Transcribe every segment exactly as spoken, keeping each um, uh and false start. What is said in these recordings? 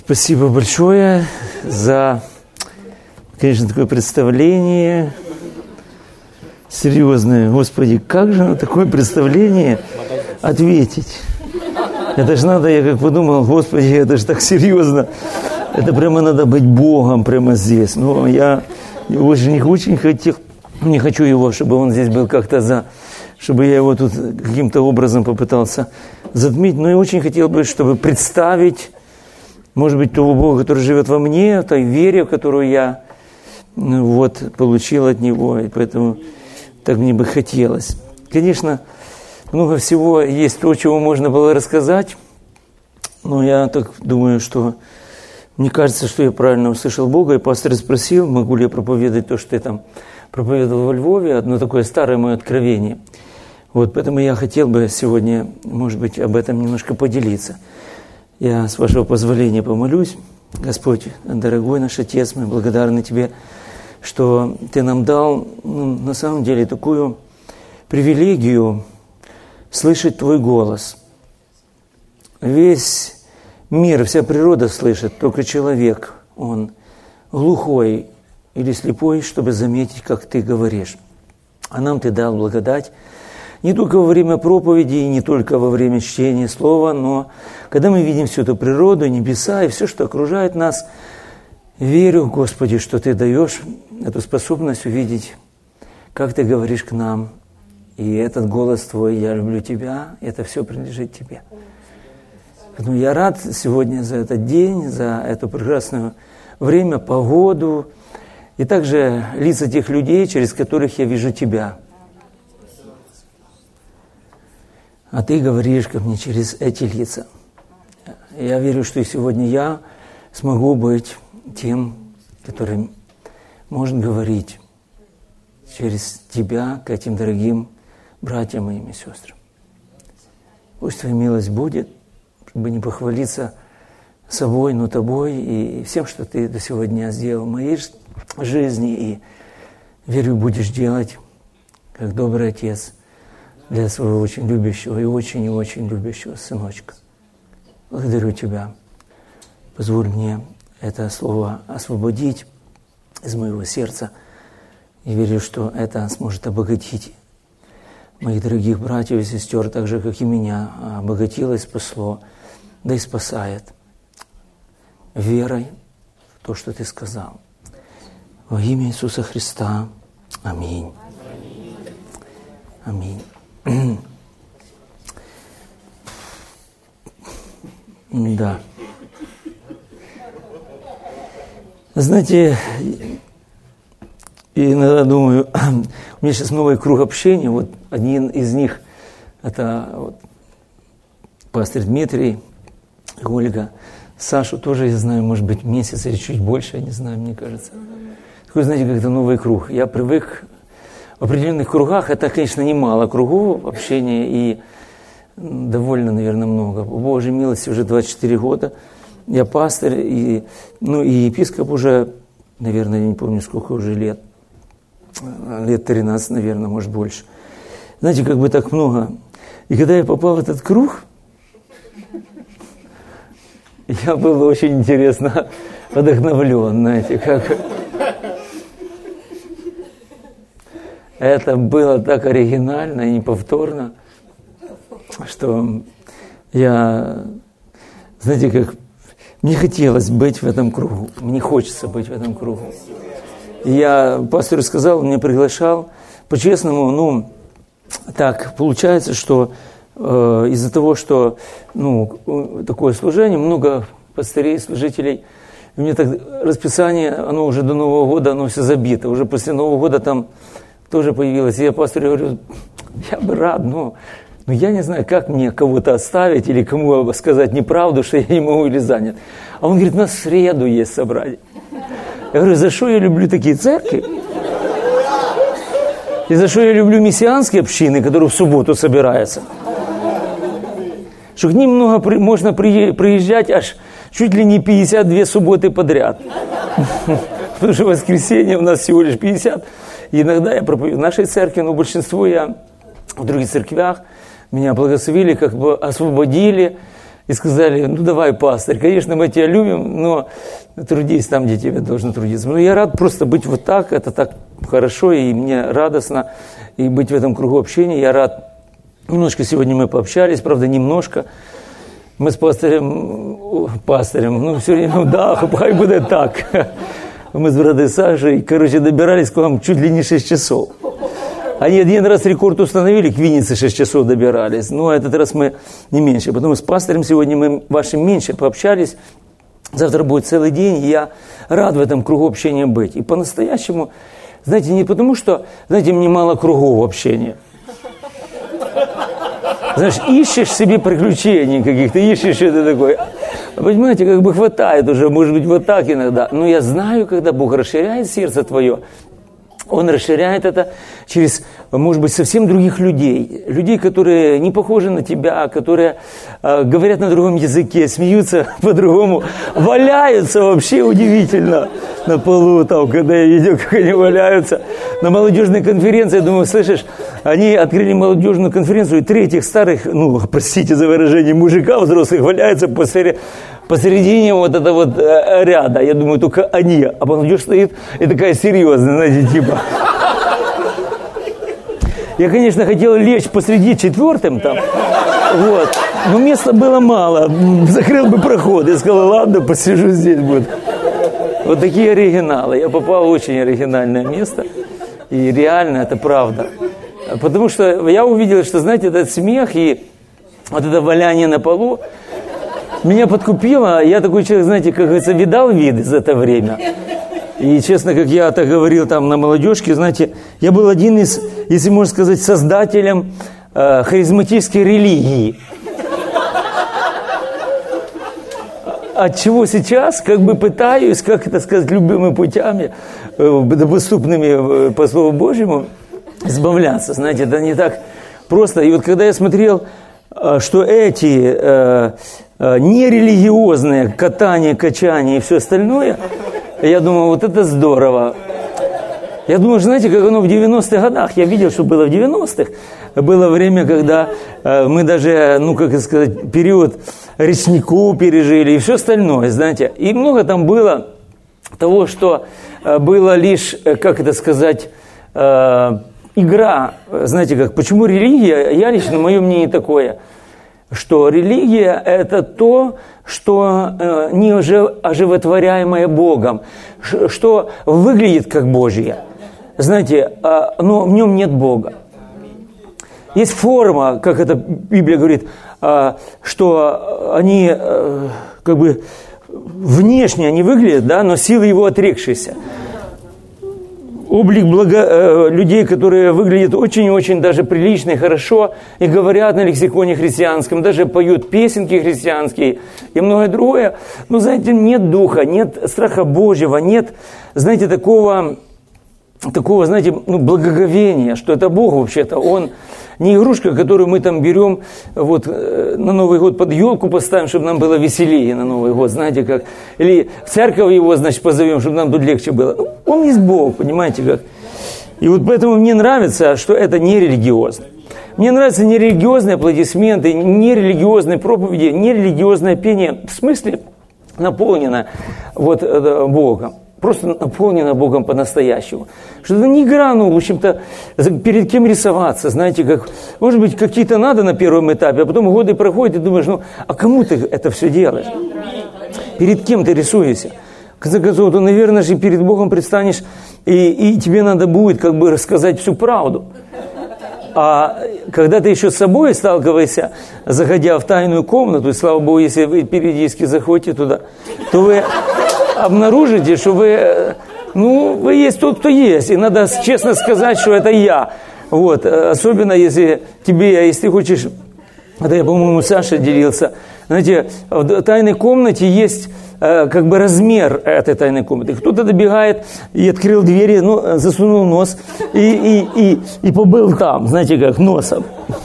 Спасибо большое за, конечно, такое представление серьезное. Господи, как же на такое представление ответить? Это же надо, я как подумал, Господи, это же так серьезно. Это прямо надо быть Богом прямо здесь. Но я очень, очень хотел, не хочу его, чтобы он здесь был как-то за, чтобы я его тут каким-то образом попытался затмить. Но я очень хотел бы, чтобы представить, может быть, того Бога, который живет во мне, той вере, которую я вот, получил от Него. И поэтому так мне бы хотелось. Конечно, много всего есть то, чего можно было рассказать. Но я так думаю, что мне кажется, что я правильно услышал Бога. И пастор спросил, могу ли я проповедовать то, что я там проповедовал во Львове. Одно такое старое мое откровение. Вот, поэтому я хотел бы сегодня, может быть, об этом немножко поделиться. Я, с вашего позволения, помолюсь. Господь, дорогой наш Отец, мы благодарны Тебе, что Ты нам дал, ну, на самом деле, такую привилегию слышать Твой голос. Весь мир, вся природа слышит, только человек, он глухой или слепой, чтобы заметить, как Ты говоришь. А нам Ты дал благодать, не только во время проповеди, и не только во время чтения слова, но когда мы видим всю эту природу, небеса и все, что окружает нас, верю, Господи, что Ты даешь эту способность увидеть, как Ты говоришь к нам. И этот голос Твой, я люблю Тебя, это все принадлежит Тебе. Поэтому я рад сегодня за этот день, за это прекрасное время, погоду, и также лица тех людей, через которых я вижу Тебя. А Ты говоришь ко мне через эти лица. Я верю, что и сегодня я смогу быть тем, который может говорить через Тебя к этим дорогим братьям моим и сестрам. Пусть Твоя милость будет, чтобы не похвалиться собой, но Тобой и всем, что Ты до сегодня сделал в моей жизни. И верю, будешь делать, как добрый Отец, для своего очень любящего и очень и очень любящего сыночка. Благодарю Тебя. Позволь мне это слово освободить из моего сердца. И верю, что это сможет обогатить моих дорогих братьев и сестер, так же, как и меня, обогатило и спасло, да и спасает верой в то, что Ты сказал. Во имя Иисуса Христа. Аминь. Аминь. Да. Знаете, я иногда думаю, у меня сейчас новый круг общения. Вот один из них, это вот пастор Дмитрий, Ольга, Сашу тоже я знаю, может быть, месяц или чуть больше, я не знаю, мне кажется. Такой, знаете, как-то новый круг. Я привык в определенных кругах, это, конечно, немало кругов общения и довольно, наверное, много. По Божьей милости уже двадцать четыре года. Я пастор, и, ну, и епископ уже, наверное, я не помню, сколько уже лет. Лет тринадцать, наверное, может, больше. Знаете, как бы так много. И когда я попал в этот круг, я был очень интересно вдохновлен, знаете, как... Это было так оригинально и неповторно, что я, знаете, как мне хотелось быть в этом кругу, мне хочется быть в этом кругу. И я пастору сказал, он меня приглашал, по-честному, ну, так получается, что э, из-за того, что, ну, такое служение, много пастырей, служителей, у меня так расписание, оно уже до Нового года, оно все забито, уже после Нового года там тоже появилось. И я пастору говорю, я бы рад, но, но я не знаю, как мне кого-то оставить или кому сказать неправду, что я не могу или занят. А он говорит, на среду есть собрание. Я говорю, за что я люблю такие церкви? И за что я люблю мессианские общины, которые в субботу собираются? Что к ним много можно приезжать аж чуть ли не пятьдесят две субботы подряд. Потому что в воскресенье у нас всего лишь пятьдесят. И иногда я проповедую в нашей церкви, но большинство я в других церквях. Меня благословили, как бы освободили. и сказали, ну давай, пастырь, конечно, мы тебя любим, но трудись там, где тебе должно трудиться. Но я рад просто быть вот так, это так хорошо, и мне радостно, и быть в этом кругу общения. Я рад, немножко сегодня мы пообщались, правда, немножко. Мы с пастырем, пастырем, ну все время, ну да, хай будет так. Мы с братом Сашей, короче, добирались к вам чуть ли не шесть часов. Они один раз рекорд установили, к Виннице шесть часов добирались. Но этот раз мы не меньше. Потому с пастором сегодня мы вашим меньше пообщались. Завтра будет целый день, и я рад в этом кругу общения быть. И по-настоящему, знаете, не потому что, знаете, мне мало кругов общения. Знаешь, ищешь себе приключений каких-то, ищешь что-то такое. Понимаете, как бы хватает уже, может быть, вот так иногда. Но я знаю, когда Бог расширяет сердце твое, Он расширяет это через, может быть, совсем других людей. Людей, которые не похожи на тебя, которые э, говорят на другом языке, смеются по-другому, валяются вообще удивительно на полу, там, когда я видел, как они валяются. На молодежной конференции, я думаю, слышишь, они открыли молодежную конференцию, и третьих старых, ну, простите за выражение, мужика взрослых валяются посередине, посередине вот этого вот э, ряда. Я думаю, только они. А молодежь стоит и такая серьезная, знаете, типа. Я, конечно, хотел лечь посреди четвертым там, вот, но места было мало. Закрыл бы проход. Я сказал, ладно, посижу здесь будет. Вот такие оригиналы. Я попал в очень оригинальное место. И реально это правда. Потому что я увидел, что, знаете, этот смех и вот это валяние на полу меня подкупило. Я такой человек, знаете, как говорится, видал виды за это время. И честно, как я так говорил там на молодежке, знаете, я был один из, если можно сказать, создателем э, харизматической религии. От чего сейчас, как бы пытаюсь, как это сказать, любыми путями, э, доступными по Слову Божьему, избавляться. Знаете, это не так просто. И вот когда я смотрел, э, что эти э, э, нерелигиозные катания, качания и все остальное, я думаю, вот это здорово. Я думаю, знаете, как оно в девяностых годах. Я видел, что было в девяностых. Было время, когда э, мы даже, ну, как сказать, период речнику пережили и все остальное, знаете. И много там было того, что э, было лишь, э, как это сказать, э, игра. Знаете как, почему религия? Я лично, мое мнение такое, что религия – это то, что э, не оживотворяемое Богом, ш, что выглядит как Божье. Знаете, э, но в нем нет Бога. Есть форма, как это Библия говорит, э, что они э, как бы внешне они выглядят, да, но силы его отрекшиеся. Облик благо, э, людей, которые выглядят очень-очень даже прилично и хорошо, и говорят на лексиконе христианском, даже поют песенки христианские и многое другое. Но, знаете, нет духа, нет страха Божьего, нет, знаете, такого, такого знаете, ну, благоговения, что это Бог вообще-то, Он не игрушка, которую мы там берем вот, на Новый год под елку поставим, чтобы нам было веселее на Новый год, знаете как. Или в церковь его, значит, позовем, чтобы нам тут легче было. Ну, он есть Бог, понимаете как. И вот поэтому мне нравится, что это не религиозно. Мне нравятся нерелигиозные аплодисменты, нерелигиозные проповеди, нерелигиозное пение. В смысле наполнено вот, Богом. Просто наполнено Богом по-настоящему. Что это не игра, ну, в общем-то, перед кем рисоваться, знаете, как, может быть, какие-то надо на первом этапе, а потом годы проходят, и думаешь, ну, а кому ты это все делаешь? Перед кем ты рисуешься? В конце концов, то, наверное, же перед Богом предстанешь, и, и тебе надо будет, как бы, рассказать всю правду. А когда ты еще с собой сталкиваешься, заходя в тайную комнату, и, слава Богу, если вы периодически заходите туда, то вы обнаружите, что вы, ну, вы есть тот, кто есть. И надо честно сказать, что это я. Вот. Особенно, если тебе, если ты хочешь, это я, по-моему, Саша делился, знаете, в тайной комнате есть как бы размер этой тайной комнаты. Кто-то добегает и открыл двери, ну, засунул нос и, и, и, и побыл там, знаете как, носом.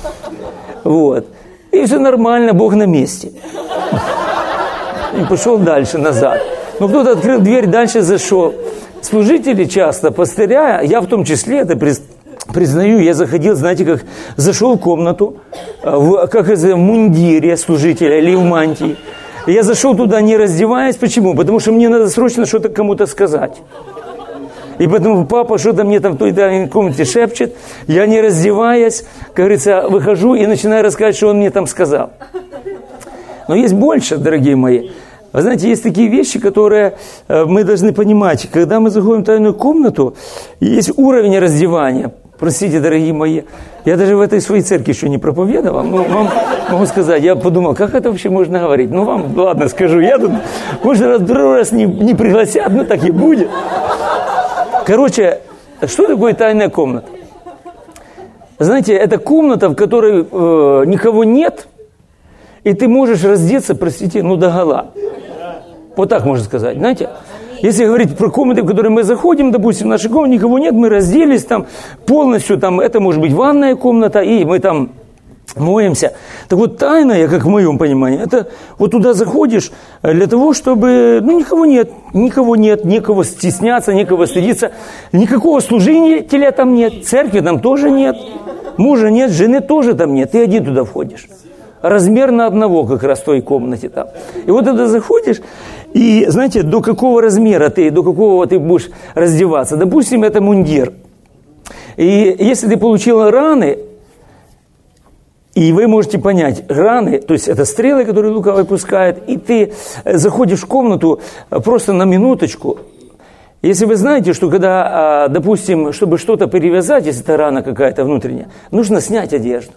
Вот. И все нормально, Бог на месте. И пошел дальше, назад. Но кто-то открыл дверь, дальше зашел. Служители часто, пастыря, я в том числе, это признаю, я заходил, знаете, как зашел в комнату, в, как в мундире служителя или в мантии. Я зашел туда, не раздеваясь. Почему? Потому что мне надо срочно что-то кому-то сказать. И поэтому папа что-то мне там в той комнате шепчет. Я, не раздеваясь, как говорится, выхожу и начинаю рассказывать, что он мне там сказал. Но есть больше, дорогие мои. Вы знаете, есть такие вещи, которые мы должны понимать. Когда мы заходим в тайную комнату, есть уровень раздевания. Простите, дорогие мои, я даже в этой своей церкви еще не проповедовал. Но вам могу сказать, я подумал, как это вообще можно говорить? Ну, вам, ладно, скажу, я тут, может, раз, другой раз не, не пригласят, но так и будет. Короче, что такое тайная комната? Знаете, это комната, в которой э, никого нет, и ты можешь раздеться, простите, ну, догола. Вот так можно сказать, знаете? Если говорить про комнаты, в которые мы заходим, допустим, в нашей комнате никого нет, мы разделись там полностью, там, это может быть ванная комната, и мы там моемся. Так вот, тайная, как в моем понимании, это вот туда заходишь для того, чтобы, ну, никого нет, никого нет, некого стесняться, некого стыдиться, никакого служителя там нет, церкви там тоже нет, мужа нет, жены тоже там нет, ты один туда входишь. Размер на одного как раз в той комнате там. И вот туда заходишь, и, знаете, до какого размера ты, до какого ты будешь раздеваться. Допустим, это мундир. И если ты получил раны, и вы можете понять, раны, то есть это стрелы, которые Лука выпускает, и ты заходишь в комнату просто на минуточку. Если вы знаете, что когда, допустим, чтобы что-то перевязать, если это рана какая-то внутренняя, нужно снять одежду.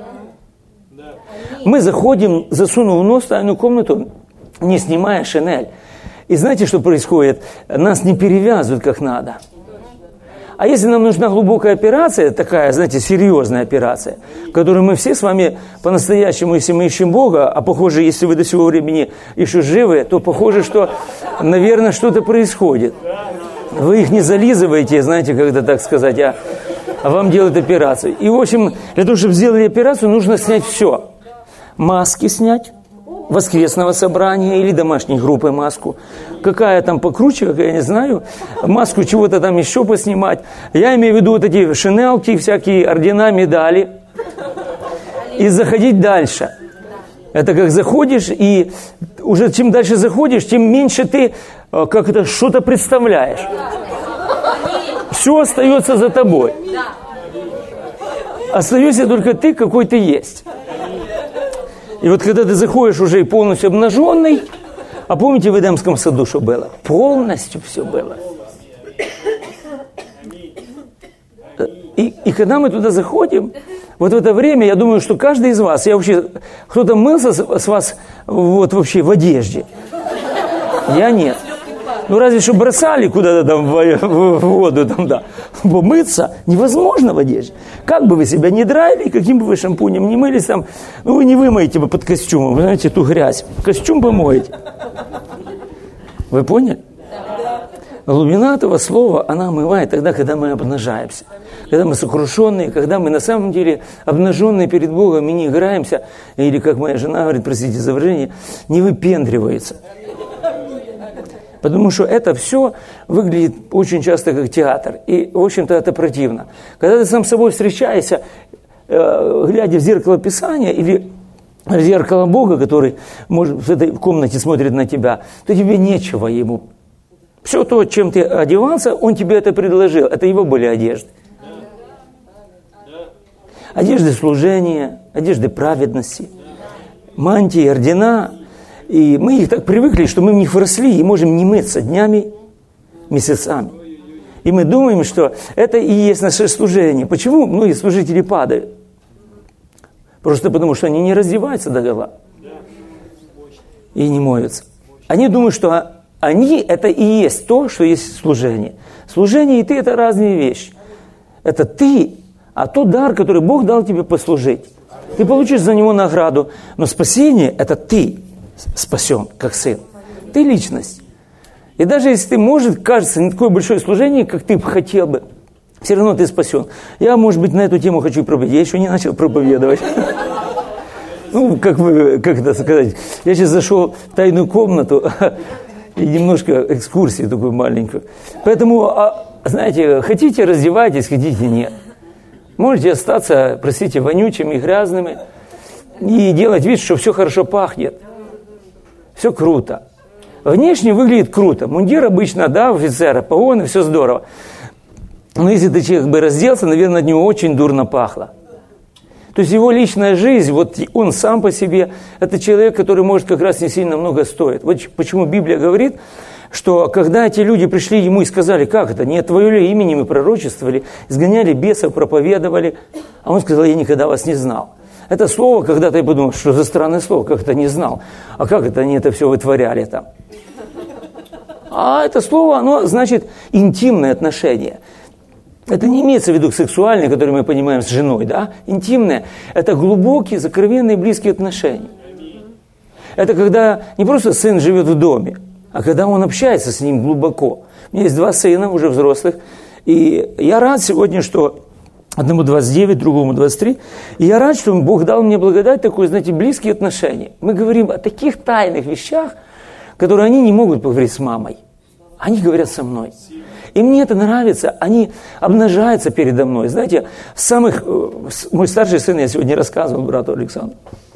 Мы заходим, засунув нос в тайную комнату, не снимая шинель. И знаете, что происходит? Нас не перевязывают как надо. А если нам нужна глубокая операция, такая, знаете, серьезная операция, которую мы все с вами по-настоящему, если мы ищем Бога, а похоже, если вы до сего времени еще живы, то похоже, что, наверное, что-то происходит. Вы их не зализываете, знаете, когда так сказать, а, а вам делают операцию. И, в общем, для того, чтобы сделать операцию, нужно снять все. Маски снять, воскресного собрания или домашней группы маску. Какая там покруче, какая, я не знаю. Маску чего-то там еще поснимать. Я имею в виду вот эти шинелки, всякие ордена, медали. И заходить дальше. Это как заходишь, и уже чем дальше заходишь, тем меньше ты как это что-то представляешь. Все остается за тобой. Остаешься только ты, какой ты есть. И вот когда ты заходишь уже и полностью обнаженный, а помните в Эдемском саду, что было? Полностью все было. И, и когда мы туда заходим, вот в это время, я думаю, что каждый из вас, я вообще, кто-то мылся с, с вас вот вообще в одежде? Я нет. Ну, разве что бросали куда-то там в, в, в воду, там, да. Помыться невозможно в одежде. Как бы вы себя не драили, каким бы вы шампунем не мылись, там, ну, вы не вымоете бы под костюмом, вы знаете, эту грязь. Костюм помоете. Вы поняли? Глубина этого слова, она омывает тогда, когда мы обнажаемся. Когда мы сокрушенные, когда мы на самом деле обнаженные перед Богом и не играемся, или, как моя жена говорит, простите за выражение, не выпендривается. Потому что это все выглядит очень часто как театр. И, в общем-то, это противно. Когда ты сам с собой встречаешься, э, глядя в зеркало Писания или в зеркало Бога, который может, в этой комнате смотрит на тебя, то тебе нечего ему. Все то, чем ты одевался, он тебе это предложил. Это его были одежды. Одежды служения, одежды праведности, мантии, ордена. И мы их так привыкли, что мы в них выросли и можем не мыться днями, месяцами. И мы думаем, что это и есть наше служение. Почему многие служители падают? Просто потому, что они не раздеваются догола и не моются. Они думают, что они это и есть то, что есть служение. Служение и ты – это разные вещи. Это ты, а тот дар, который Бог дал тебе послужить. Ты получишь за него награду, но спасение – это ты. Спасен, как сын. Ты личность. И даже если ты, может, кажется, не такое большое служение, как ты бы хотел бы, все равно ты спасен. Я, может быть, на эту тему хочу проповедовать. Я еще не начал проповедовать. Ну, как бы, как это сказать, я сейчас зашел в тайную комнату и немножко экскурсии такую маленькую. Поэтому, знаете, хотите, раздевайтесь, хотите, нет. Можете остаться, простите, вонючими, грязными и делать вид, что все хорошо пахнет. Все круто. Внешне выглядит круто. Мундир обычно, да, офицера, погоны, все здорово. Но если ты человек бы разделся, наверное, от него очень дурно пахло. То есть его личная жизнь, вот он сам по себе, это человек, который может как раз не сильно много стоить. Вот почему Библия говорит, что когда эти люди пришли ему и сказали, как это, не от твоего ли имени мы пророчествовали, изгоняли бесов, проповедовали, а он сказал, я никогда вас не знал. Это слово, когда-то я подумал, что за странное слово, как это не знал, а как это они это все вытворяли там. А это слово, оно значит интимное отношение. Это не имеется в виду сексуальное, которое мы понимаем с женой, да? Интимное – это глубокие, закровенные, близкие отношения. Это когда не просто сын живет в доме, а когда он общается с ним глубоко. У меня есть два сына, уже взрослых, и я рад сегодня, что одному двадцать девять, другому двадцать три, и я рад, что Бог дал мне благодать такое, знаете, близкие отношения. Мы говорим о таких тайных вещах, которые они не могут поговорить с мамой. Они говорят со мной. И мне это нравится, они обнажаются передо мной. Знаете, самых, мой старший сын, я сегодня рассказывал брату Александру.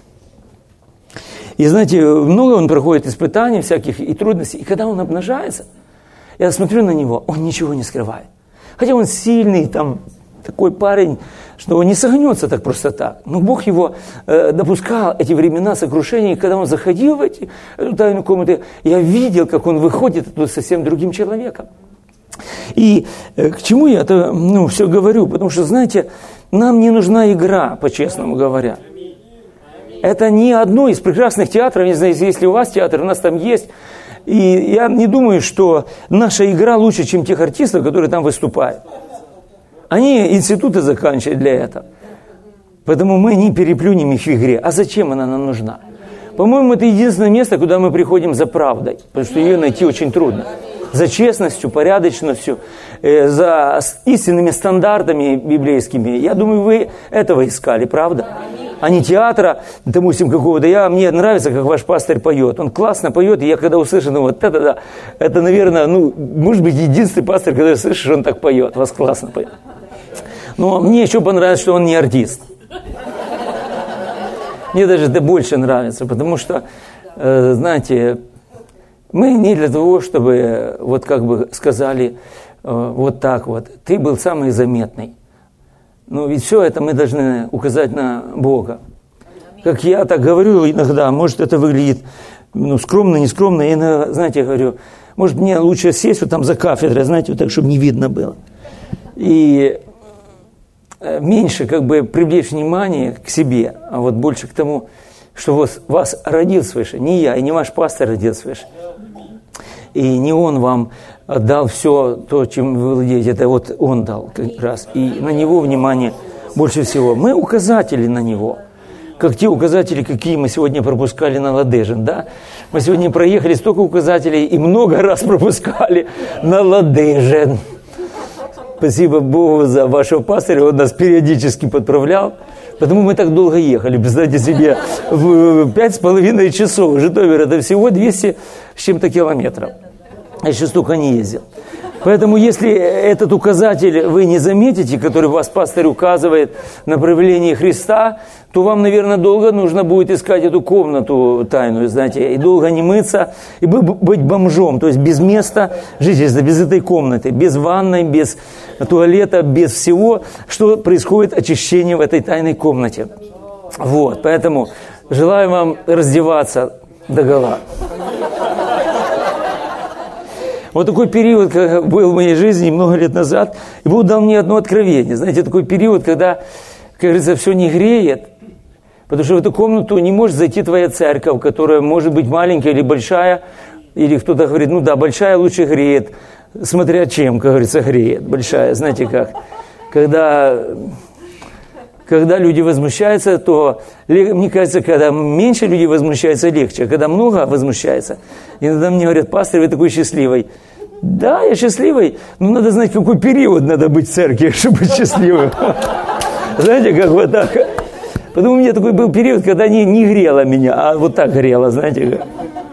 И знаете, много он проходит испытаний всяких и трудностей. И когда он обнажается, я смотрю на него, он ничего не скрывает. Хотя он сильный, там, такой парень, что он не согнется так просто так. Но Бог его э, допускал эти времена сокрушений, когда он заходил в эти, эту тайную комнату, я видел, как он выходит оттуда совсем другим человеком. И э, к чему я это ну, все говорю? Потому что, знаете, нам не нужна игра, по-честному говоря. Это не одно из прекрасных театров, не знаю, если у вас театр, у нас там есть. И я не думаю, что наша игра лучше, чем тех артистов, которые там выступают. Они институты заканчивают для этого. Поэтому мы не переплюнем их в игре. А зачем она нам нужна? По-моему, это единственное место, куда мы приходим за правдой. Потому что ее найти очень трудно. За честностью, порядочностью, э, за истинными стандартами библейскими. Я думаю, вы этого искали, правда? А не театра, допустим, какого-то. Я, мне нравится, как ваш пастырь поет. Он классно поет, и я когда услышу, ну вот это, да, это, наверное, ну, может быть, единственный пастырь, когда я слышу, он так поет, вас классно поет. Но мне еще понравилось, что он не артист. Мне даже это больше нравится, потому что, э, знаете, мы не для того, чтобы, вот как бы сказали, э, вот так вот, ты был самый заметный. Но ведь все это мы должны указать на Бога. Как я так говорю иногда, может это выглядит ну, скромно, нескромно, я иногда, знаете, я говорю, может мне лучше сесть вот там за кафедрой, знаете, вот так, чтобы не видно было. И меньше как бы привлечь внимание к себе, а вот больше к тому, что вас, вас родил свыше. Не я, и не ваш пастор родил свыше. И не он вам дал все то, чем вы владеете, это вот он дал как раз. И на него внимание больше всего. Мы указатели на него. Как те указатели, какие мы сегодня пропускали на Ладежин, да? Мы сегодня проехали столько указателей и много раз пропускали на Ладежин. Спасибо Богу за вашего пастыря, он нас периодически подправлял. Потому мы так долго ехали. Представьте себе, в пять с половиной часов. Житомир это всего двести с чем-то километров. Я еще столько не ездил. Поэтому, если этот указатель вы не заметите, который вас пастырь указывает на проявление Христа, то вам, наверное, долго нужно будет искать эту комнату тайную, знаете, и долго не мыться, и быть бомжом, то есть без места жительства, без этой комнаты, без ванной, без туалета, без всего, что происходит очищение в этой тайной комнате. Вот, поэтому желаю вам раздеваться догола. Вот такой период как был в моей жизни много лет назад, и Бог дал мне одно откровение. Знаете, такой период, когда, как говорится, все не греет, потому что в эту комнату не может зайти твоя церковь, которая может быть маленькая или большая, или кто-то говорит, ну да, большая лучше греет, смотря чем, как говорится, греет, большая, знаете как. Когда, когда люди возмущаются, то, мне кажется, когда меньше людей возмущаются, легче, а когда много возмущается, иногда мне говорят, пастор, вы такой счастливый. Да, я счастливый, но надо знать, какой период надо быть в церкви, чтобы быть счастливым. Знаете, как вот так. Потому у меня такой был период, когда не, не грело меня, а вот так грело, знаете как.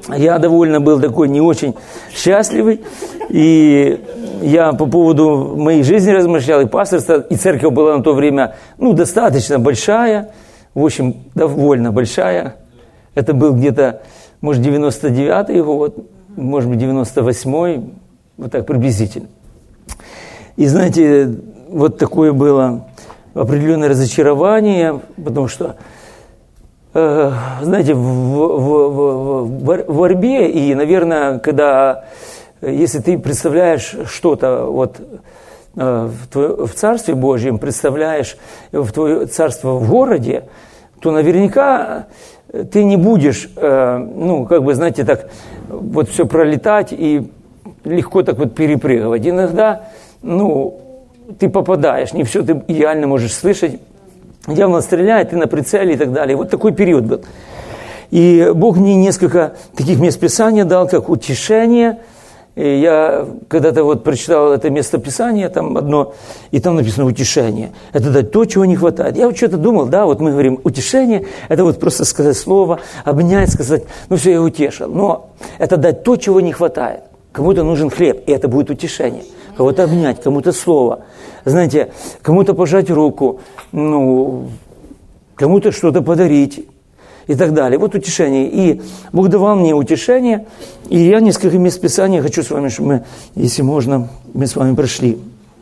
я довольно был такой не очень счастливый, и я по поводу моей жизни размышлял, и пасторство, и церковь была на то время, ну, достаточно большая, в общем, довольно большая. Это был где-то, может, девяносто девятый год, может быть, девяносто восьмой, вот так приблизительно. И, знаете, вот такое было определенное разочарование, потому что, э, знаете, в, в, в, в борьбе, и, наверное, когда, если ты представляешь что-то вот, э, в, твое, в Царстве Божьем, представляешь в твое царство в городе, то наверняка ты не будешь, э, ну, как бы, знаете, так вот все пролетать и легко так вот перепрыгивать. Иногда, ну, ты попадаешь, не все ты идеально можешь слышать. Дьявол стреляет, ты на прицеле и так далее. Вот такой период был. И Бог мне несколько таких мест Писания дал, как утешение. И я когда-то вот прочитал это местописание, там одно, и там написано утешение. Это дать то, чего не хватает. Я вот что-то думал, да, вот мы говорим утешение, это вот просто сказать слово, обнять, сказать, ну все, я утешил. Но это дать то, чего не хватает. Кому-то нужен хлеб, и это будет утешение. Кого-то обнять, кому-то слово. Знаете, кому-то пожать руку, ну, кому-то что-то подарить и так далее. Вот утешение. И Бог давал мне утешение, и я несколько мест Писания хочу с вами, чтобы мы, если можно, мы с вами прошли.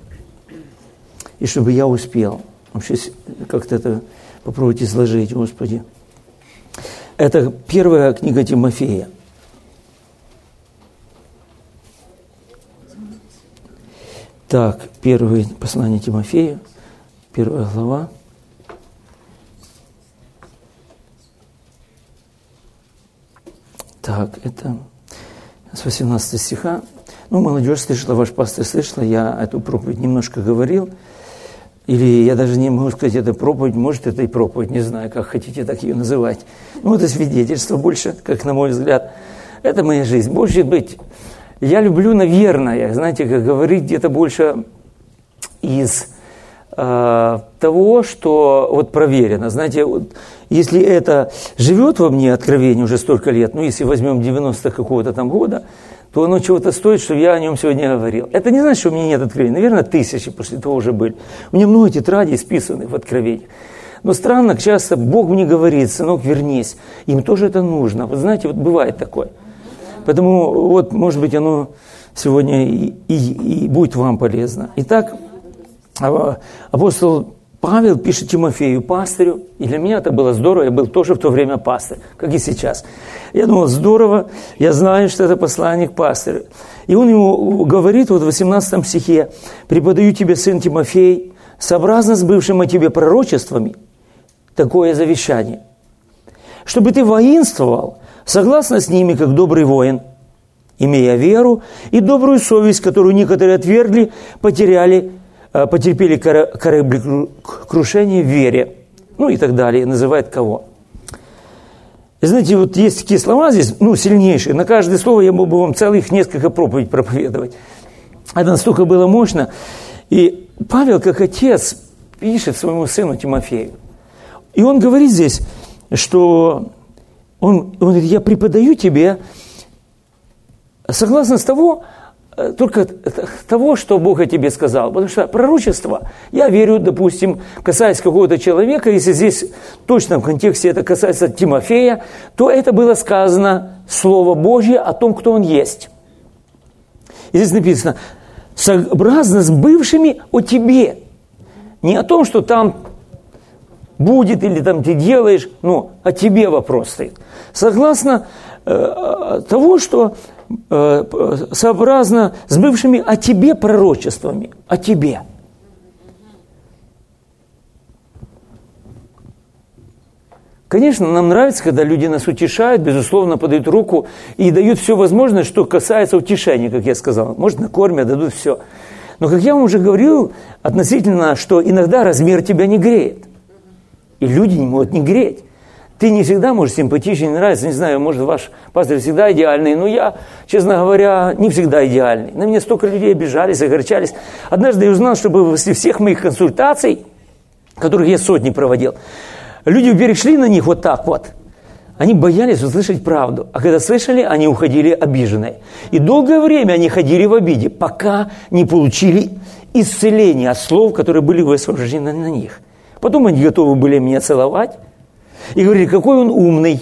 И чтобы я успел вообще как-то это попробовать изложить, Господи. Это первая книга Тимофея. Так, первое послание Тимофею, первая глава. Так, это с восемнадцатого стиха. Ну, молодежь слышала, ваш пастор слышала, я эту проповедь немножко говорил. Или я даже не могу сказать, это проповедь, может, это и проповедь, не знаю, как хотите, так ее называть. Ну, это свидетельство больше, как на мой взгляд. Это моя жизнь. Может быть, я люблю, наверное, знаете, как говорить где-то больше из э, того, что вот проверено. Знаете, вот, если это живет во мне откровение уже столько лет, ну, если возьмем девяносто какого-то там года, то оно чего-то стоит, что я о нем сегодня говорил. Это не значит, что у меня нет откровений. Наверное, тысячи после того уже были. У меня много тетрадей, списанных в откровениях. Но странно, часто Бог мне говорит, сынок, вернись. Им тоже это нужно. Вот знаете, вот бывает такое. Поэтому, вот, может быть, оно сегодня и, и, и будет вам полезно. Итак, апостол Павел пишет Тимофею, пастырю, и для меня это было здорово, я был тоже в то время пастырь, как и сейчас. Я думал, здорово, я знаю, что это послание к пастырю. И он ему говорит вот в восемнадцатом стихе, «Преподаю тебе, сын Тимофей, сообразно с бывшим о тебе пророчествами, такое завещание, чтобы ты воинствовал, согласно с ними, как добрый воин, имея веру и добрую совесть, которую некоторые отвергли, потеряли, потерпели кораблекрушение в вере». Ну и так далее. Называет кого. И знаете, вот есть такие слова здесь, ну, сильнейшие. На каждое слово я мог бы вам целых несколько проповедей проповедовать. Это настолько было мощно. И Павел, как отец, пишет своему сыну Тимофею. И он говорит здесь, что он, он говорит, я преподаю тебе согласно с того, только того, что Бог о тебе сказал. Потому что пророчество, я верю, допустим, касаясь какого-то человека, если здесь точно в контексте это касается Тимофея, то это было сказано Слово Божье о том, кто он есть. И здесь написано, сообразно с бывшими о тебе. Не о том, что там будет или там ты делаешь, но о тебе вопрос стоит. Согласно э, того, что э, сообразно с бывшими о тебе пророчествами, о тебе. Конечно, нам нравится, когда люди нас утешают, безусловно, подают руку и дают все возможное, что касается утешения, как я сказал. Может, накормят, дадут все. Но, как я вам уже говорил, относительно, что иногда размер тебя не греет. И люди не могут не греть. Ты не всегда можешь симпатичен, нравится, не знаю, может, ваш пастор всегда идеальный, но я, честно говоря, не всегда идеальный. На меня столько людей обижались, огорчались. Однажды я узнал, что после всех моих консультаций, которых я сотни проводил, люди перешли на них вот так вот. Они боялись услышать правду. А когда слышали, они уходили обиженные. И долгое время они ходили в обиде, пока не получили исцеление от слов, которые были высвобождены на них. Потом они готовы были меня целовать. И говорили, какой он умный.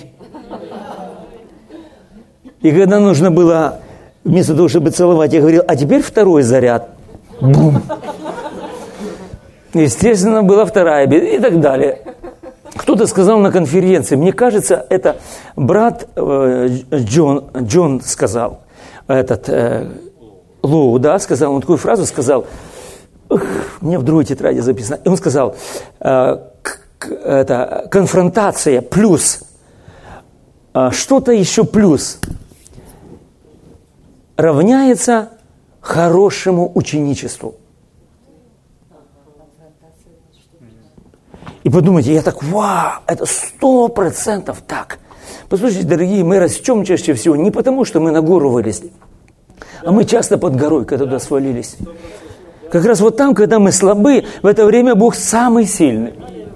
И когда нужно было, вместо того, чтобы целовать, я говорил, а теперь второй заряд. Бум. Естественно, была вторая беда и так далее. Кто-то сказал на конференции, мне кажется, это брат э, Джон, Джон сказал, этот э, Лоу, да, сказал, он такую фразу сказал, у меня в другой тетради записано, и он сказал, э, к, к, это конфронтация плюс, э, что-то еще плюс, равняется хорошему ученичеству. И подумайте, я так, вау, это сто процентов так. Послушайте, дорогие, мы растем чаще всего не потому, что мы на гору вылезли, а мы часто под горой, когда туда свалились. Как раз вот там, когда мы слабы, в это время Бог самый сильный.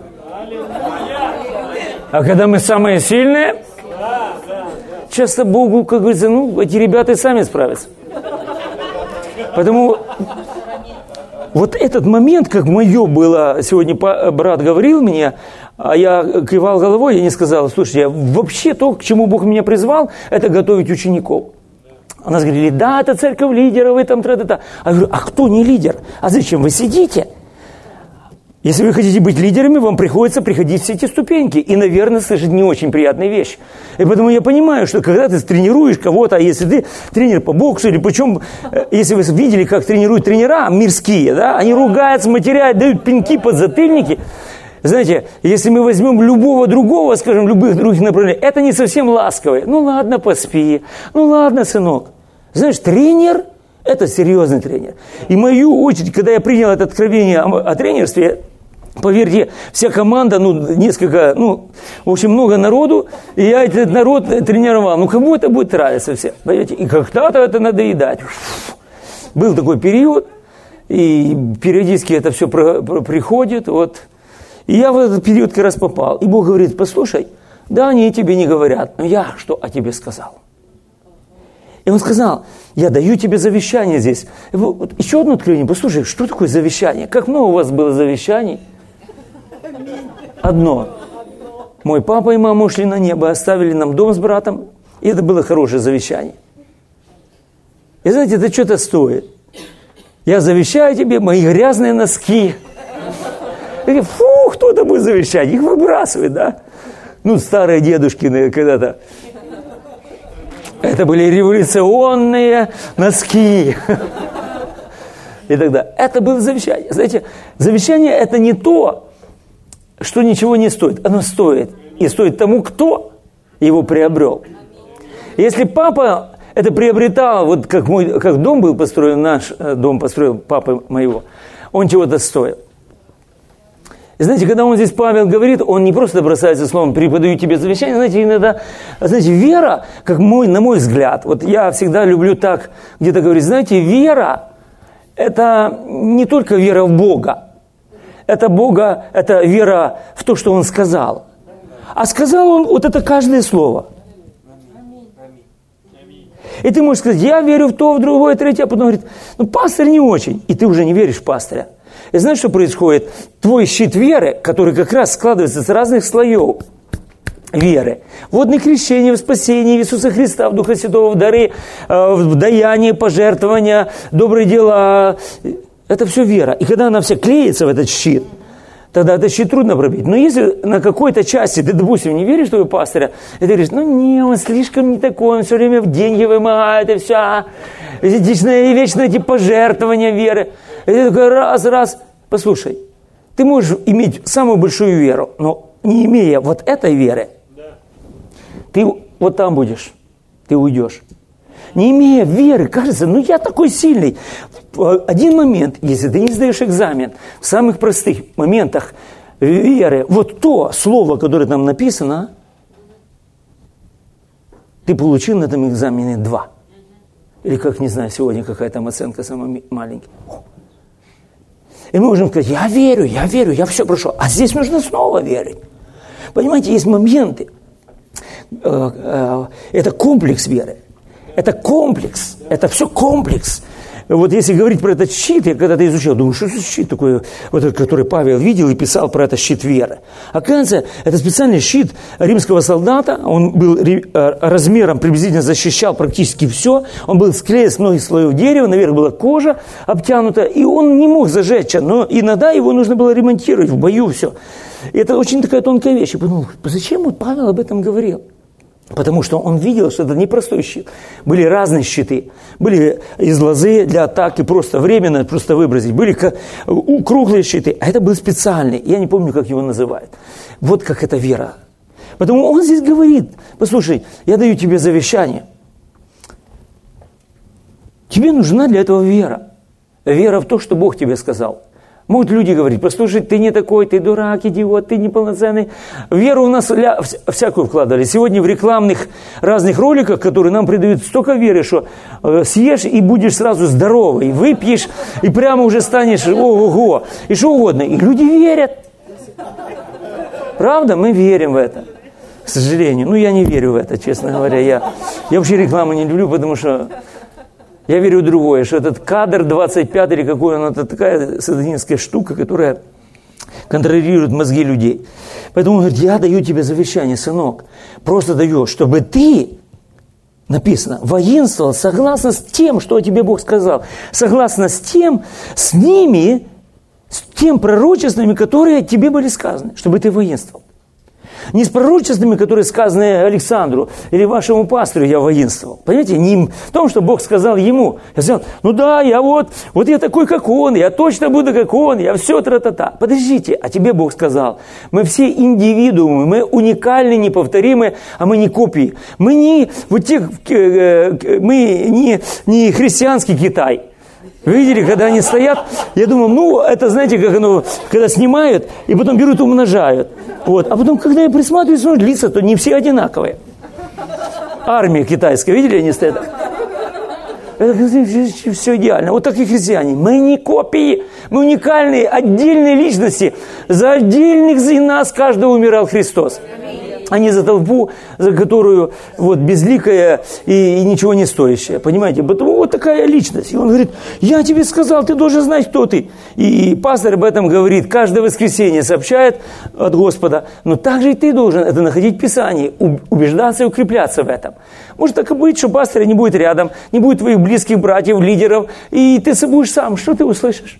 А когда мы самые сильные, часто Богу, как говорится, ну, эти ребята сами справятся. Поэтому... Вот этот момент, как мое было, сегодня брат говорил мне, а я кивал головой, я не сказал, слушай, я вообще то, к чему Бог меня призвал, это готовить учеников. А нас говорили, да, это церковь лидеров, и там, тра-та-та. А я говорю, а кто не лидер? А зачем вы сидите? Если вы хотите быть лидерами, вам приходится приходить все эти ступеньки. И, наверное, слышать не очень приятная вещь. И поэтому я понимаю, что когда ты тренируешь кого-то, а если ты тренер по боксу, или причем, если вы видели, как тренируют тренера мирские, да, они ругаются, матеряют, дают пинки, подзатыльники. Знаете, если мы возьмем любого другого, скажем, любых других направлений, это не совсем ласковое. Ну ладно, поспи. Ну ладно, сынок. Знаешь, тренер – это серьезный тренер. И мою очередь, когда я принял это откровение о тренерстве, поверьте, вся команда, ну, несколько, ну, в общем, много народу, и я этот народ тренировал. Ну, кому это будет нравиться все, понимаете? И когда-то это надоедать. Был такой период, и периодически это все про, про, приходит, вот. И я в этот период как раз попал. И Бог говорит, послушай, да, они тебе не говорят, но я что о тебе сказал? И он сказал, я даю тебе завещание здесь. Вот еще одно откровение, послушай, что такое завещание? Как много у вас было завещаний? Одно. Мой папа и мама ушли на небо, оставили нам дом с братом, и это было хорошее завещание. И знаете, это что-то стоит. Я завещаю тебе мои грязные носки. И, фу, кто это будет завещать? Их выбрасывает, да? Ну, старые дедушкины когда-то. Это были революционные носки. И тогда это было завещание. Знаете, завещание это не то, что ничего не стоит. Оно стоит. И стоит тому, кто его приобрел. Если папа это приобретал, вот как, мой, как дом был построен, наш дом построил папа моего, он чего-то стоил. И знаете, когда он здесь, Павел, говорит, он не просто бросается словом «преподаю тебе завещание», знаете, иногда, знаете, вера, как мой, на мой взгляд, вот я всегда люблю так где-то говорить, знаете, вера – это не только вера в Бога, это Бога, это вера в то, что Он сказал. А сказал Он вот это каждое слово. И ты можешь сказать, я верю в то, в другое, третье, а потом говорит, ну, пастор не очень, и ты уже не веришь в пастыря. И знаешь, что происходит? Твой щит веры, который как раз складывается из разных слоев веры. Водное крещение, в спасении Иисуса Христа, в Духа Святого, в дары, в даяние, пожертвования, добрые дела. Это все вера. И когда она вся клеится в этот щит, тогда этот щит трудно пробить. Но если на какой-то части ты, допустим, не веришь в твоего пастыря, и ты говоришь, ну не, он слишком не такой, он все время в деньги вымогает, и все. Вечные, вечные эти пожертвования веры. И ты такой раз, раз. Послушай, ты можешь иметь самую большую веру, но не имея вот этой веры, ты вот там будешь, ты уйдешь. Не имея веры, кажется, ну я такой сильный. В один момент, если ты не сдаешь экзамен, в самых простых моментах веры, вот то слово, которое там написано, ты получил на этом экзамене два. Или как, не знаю, сегодня какая там оценка самая маленькая. И мы можем сказать, я верю, я верю, я все прошел. А здесь нужно снова верить. Понимаете, есть моменты, это комплекс веры. Это комплекс, это все комплекс. Вот если говорить про этот щит, я когда-то изучал, думаю, что за щит такой, вот этот, который Павел видел и писал про этот щит веры. Оказывается, это специальный щит римского солдата, он был размером приблизительно защищал практически все, он был склеен из многих слоев дерева, наверх была кожа обтянута, и он не мог зажечься, но иногда его нужно было ремонтировать в бою, все. И это очень такая тонкая вещь. Я подумал, зачем вот Павел об этом говорил? Потому что он видел, что это непростой щит. Были разные щиты. Были из лозы для атаки, просто временно, просто выбросить. Были круглые щиты, а это был специальный. Я не помню, как его называют. Вот как это вера. Поэтому он здесь говорит, послушай, я даю тебе завещание. Тебе нужна для этого вера. Вера в то, что Бог тебе сказал. Могут люди говорить, послушай, ты не такой, ты дурак, идиот, ты неполноценный. Веру у нас ля, всякую вкладывали. Сегодня в рекламных разных роликах, которые нам придают столько веры, что э, съешь и будешь сразу здоровый, выпьешь и прямо уже станешь ого-го, и что угодно. И люди верят. Правда? Мы верим в это. К сожалению. Ну, я не верю в это, честно говоря. Я, я вообще рекламу не люблю, потому что... Я верю в другое, что этот кадр двадцать пять или какой он, это такая сатанинская штука, которая контролирует мозги людей. Поэтому он говорит, я даю тебе завещание, сынок. Просто даю, чтобы ты, написано, воинствовал согласно с тем, что тебе Бог сказал. Согласно с тем, с ними, с тем пророчествами, которые тебе были сказаны, чтобы ты воинствовал. Не с пророчествами, которые сказаны Александру или вашему пастору, я воинствовал. Понимаете, не в том, что Бог сказал ему. Я сказал, ну да, я вот, вот я такой, как он, я точно буду, как он, я все тра-та-та. Подождите, а тебе Бог сказал, мы все индивидуумы, мы уникальны, неповторимы, а мы не копии. Мы не, вот те, мы не, не христианский Китай. Вы видели, когда они стоят, я думаю, ну, это, знаете, как оно, когда снимают, и потом берут и умножают. Вот. А потом, когда я присматриваюсь, ну, лица, то не все одинаковые. Армия китайская, видели, они стоят? Это все идеально. Вот такие христиане. Мы не копии, мы уникальные, отдельные личности. За отдельных из нас каждого умирал Христос. А не за толпу, за которую вот безликая и, и ничего не стоящая. Понимаете? Потому вот такая личность. И он говорит, я тебе сказал, ты должен знать, кто ты. И пастор об этом говорит, каждое воскресенье сообщает от Господа. Но также и ты должен это находить в Писании, убеждаться и укрепляться в этом. Может так и быть, что пастора не будет рядом, не будет твоих близких братьев, лидеров, и ты будешь сам. Что ты услышишь?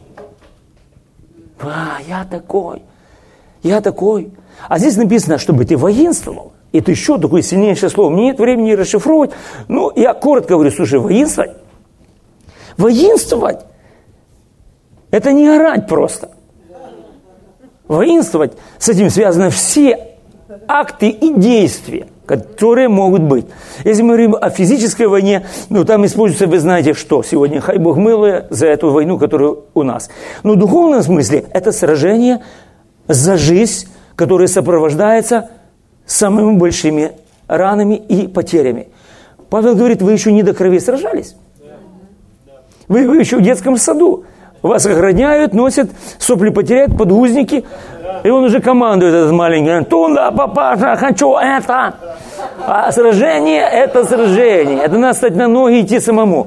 А, я такой, я такой. А здесь написано, чтобы ты воинствовал. Это еще такое сильнейшее слово. Мне нет времени расшифровывать. Ну, я коротко говорю, слушай, воинствовать. Воинствовать. Это не орать просто. Воинствовать. С этим связаны все акты и действия, которые могут быть. Если мы говорим о физической войне, ну, там используется, вы знаете, что сегодня, хай Бог милует за эту войну, которая у нас. Но в духовном смысле это сражение за жизнь, которое сопровождается самыми большими ранами и потерями. Павел говорит, вы еще не до крови сражались. Вы, вы еще в детском саду. Вас охраняют, носят, сопли потеряют, подгузники. И он уже командует, этот маленький. Туда, папаша, хочу это. А сражение – это сражение. Это надо стать на ноги и идти самому.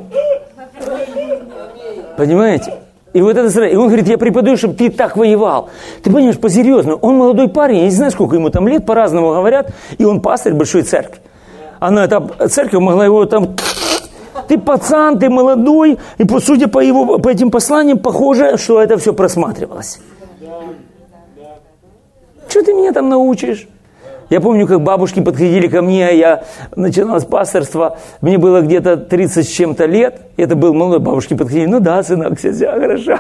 Понимаете? И вот это, и он говорит, я преподаю, чтобы ты так воевал. Ты понимаешь, по-серьезному. Он молодой парень, я не знаю, сколько ему там лет, по-разному говорят. И он пастырь большой церкви. Она, эта церковь могла его там... Ты пацан, ты молодой. И судя по, его, по этим посланиям, похоже, что это все просматривалось. Что ты меня там научишь? Я помню, как бабушки подходили ко мне, я начинал с пасторства, мне было где-то тридцать с чем-то лет, это был молодой, бабушки подходили, ну да, сынок, все, все хорошо.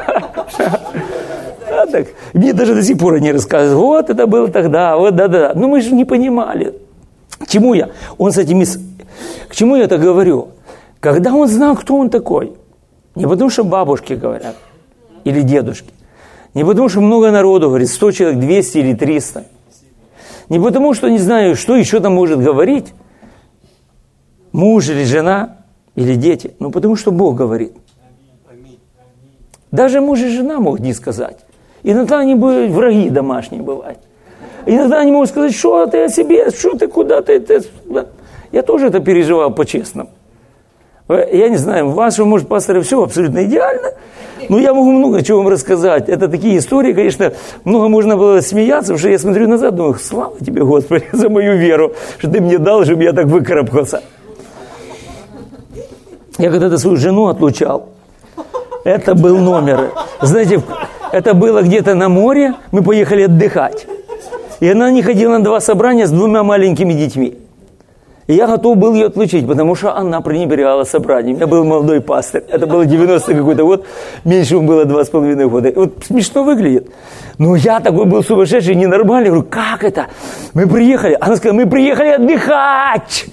А так, мне даже до сих пор они рассказывают, вот это было тогда, вот да-да-да. Ну мы же не понимали. К чему я? Он с этими... К чему я это говорю? Когда он знал, кто он такой, не потому что бабушки говорят, или дедушки, не потому что много народу говорит, сто человек, двести или триста, не потому, что не знаю, что еще там может говорить, муж или жена, или дети, но потому, что Бог говорит. Даже муж и жена могут не сказать. Иногда они бывают, враги домашние бывают. Иногда они могут сказать, что ты о себе, что ты, куда ты, ты. Я тоже это переживал по-честному. Я не знаю, у вас, может, пасторы, все абсолютно идеально, но я могу много чего вам рассказать. Это такие истории, конечно, много можно было смеяться, потому что я смотрю назад, думаю, слава тебе, Господи, за мою веру, что ты мне дал, чтобы я так выкарабкался. Я когда-то свою жену отлучал. Это был номер. Знаете, это было где-то на море, мы поехали отдыхать. И она не ходила на два собрания с двумя маленькими детьми. И я готов был ее отлучить, потому что она пренебрегала собранием. Я был молодой пастор. Это было девяностый какой-то год, меньше ему было два с половиной года. И вот смешно выглядит. Но я такой был сумасшедший, ненормальный. Говорю, как это? Мы приехали. Она сказала, мы приехали отдыхать.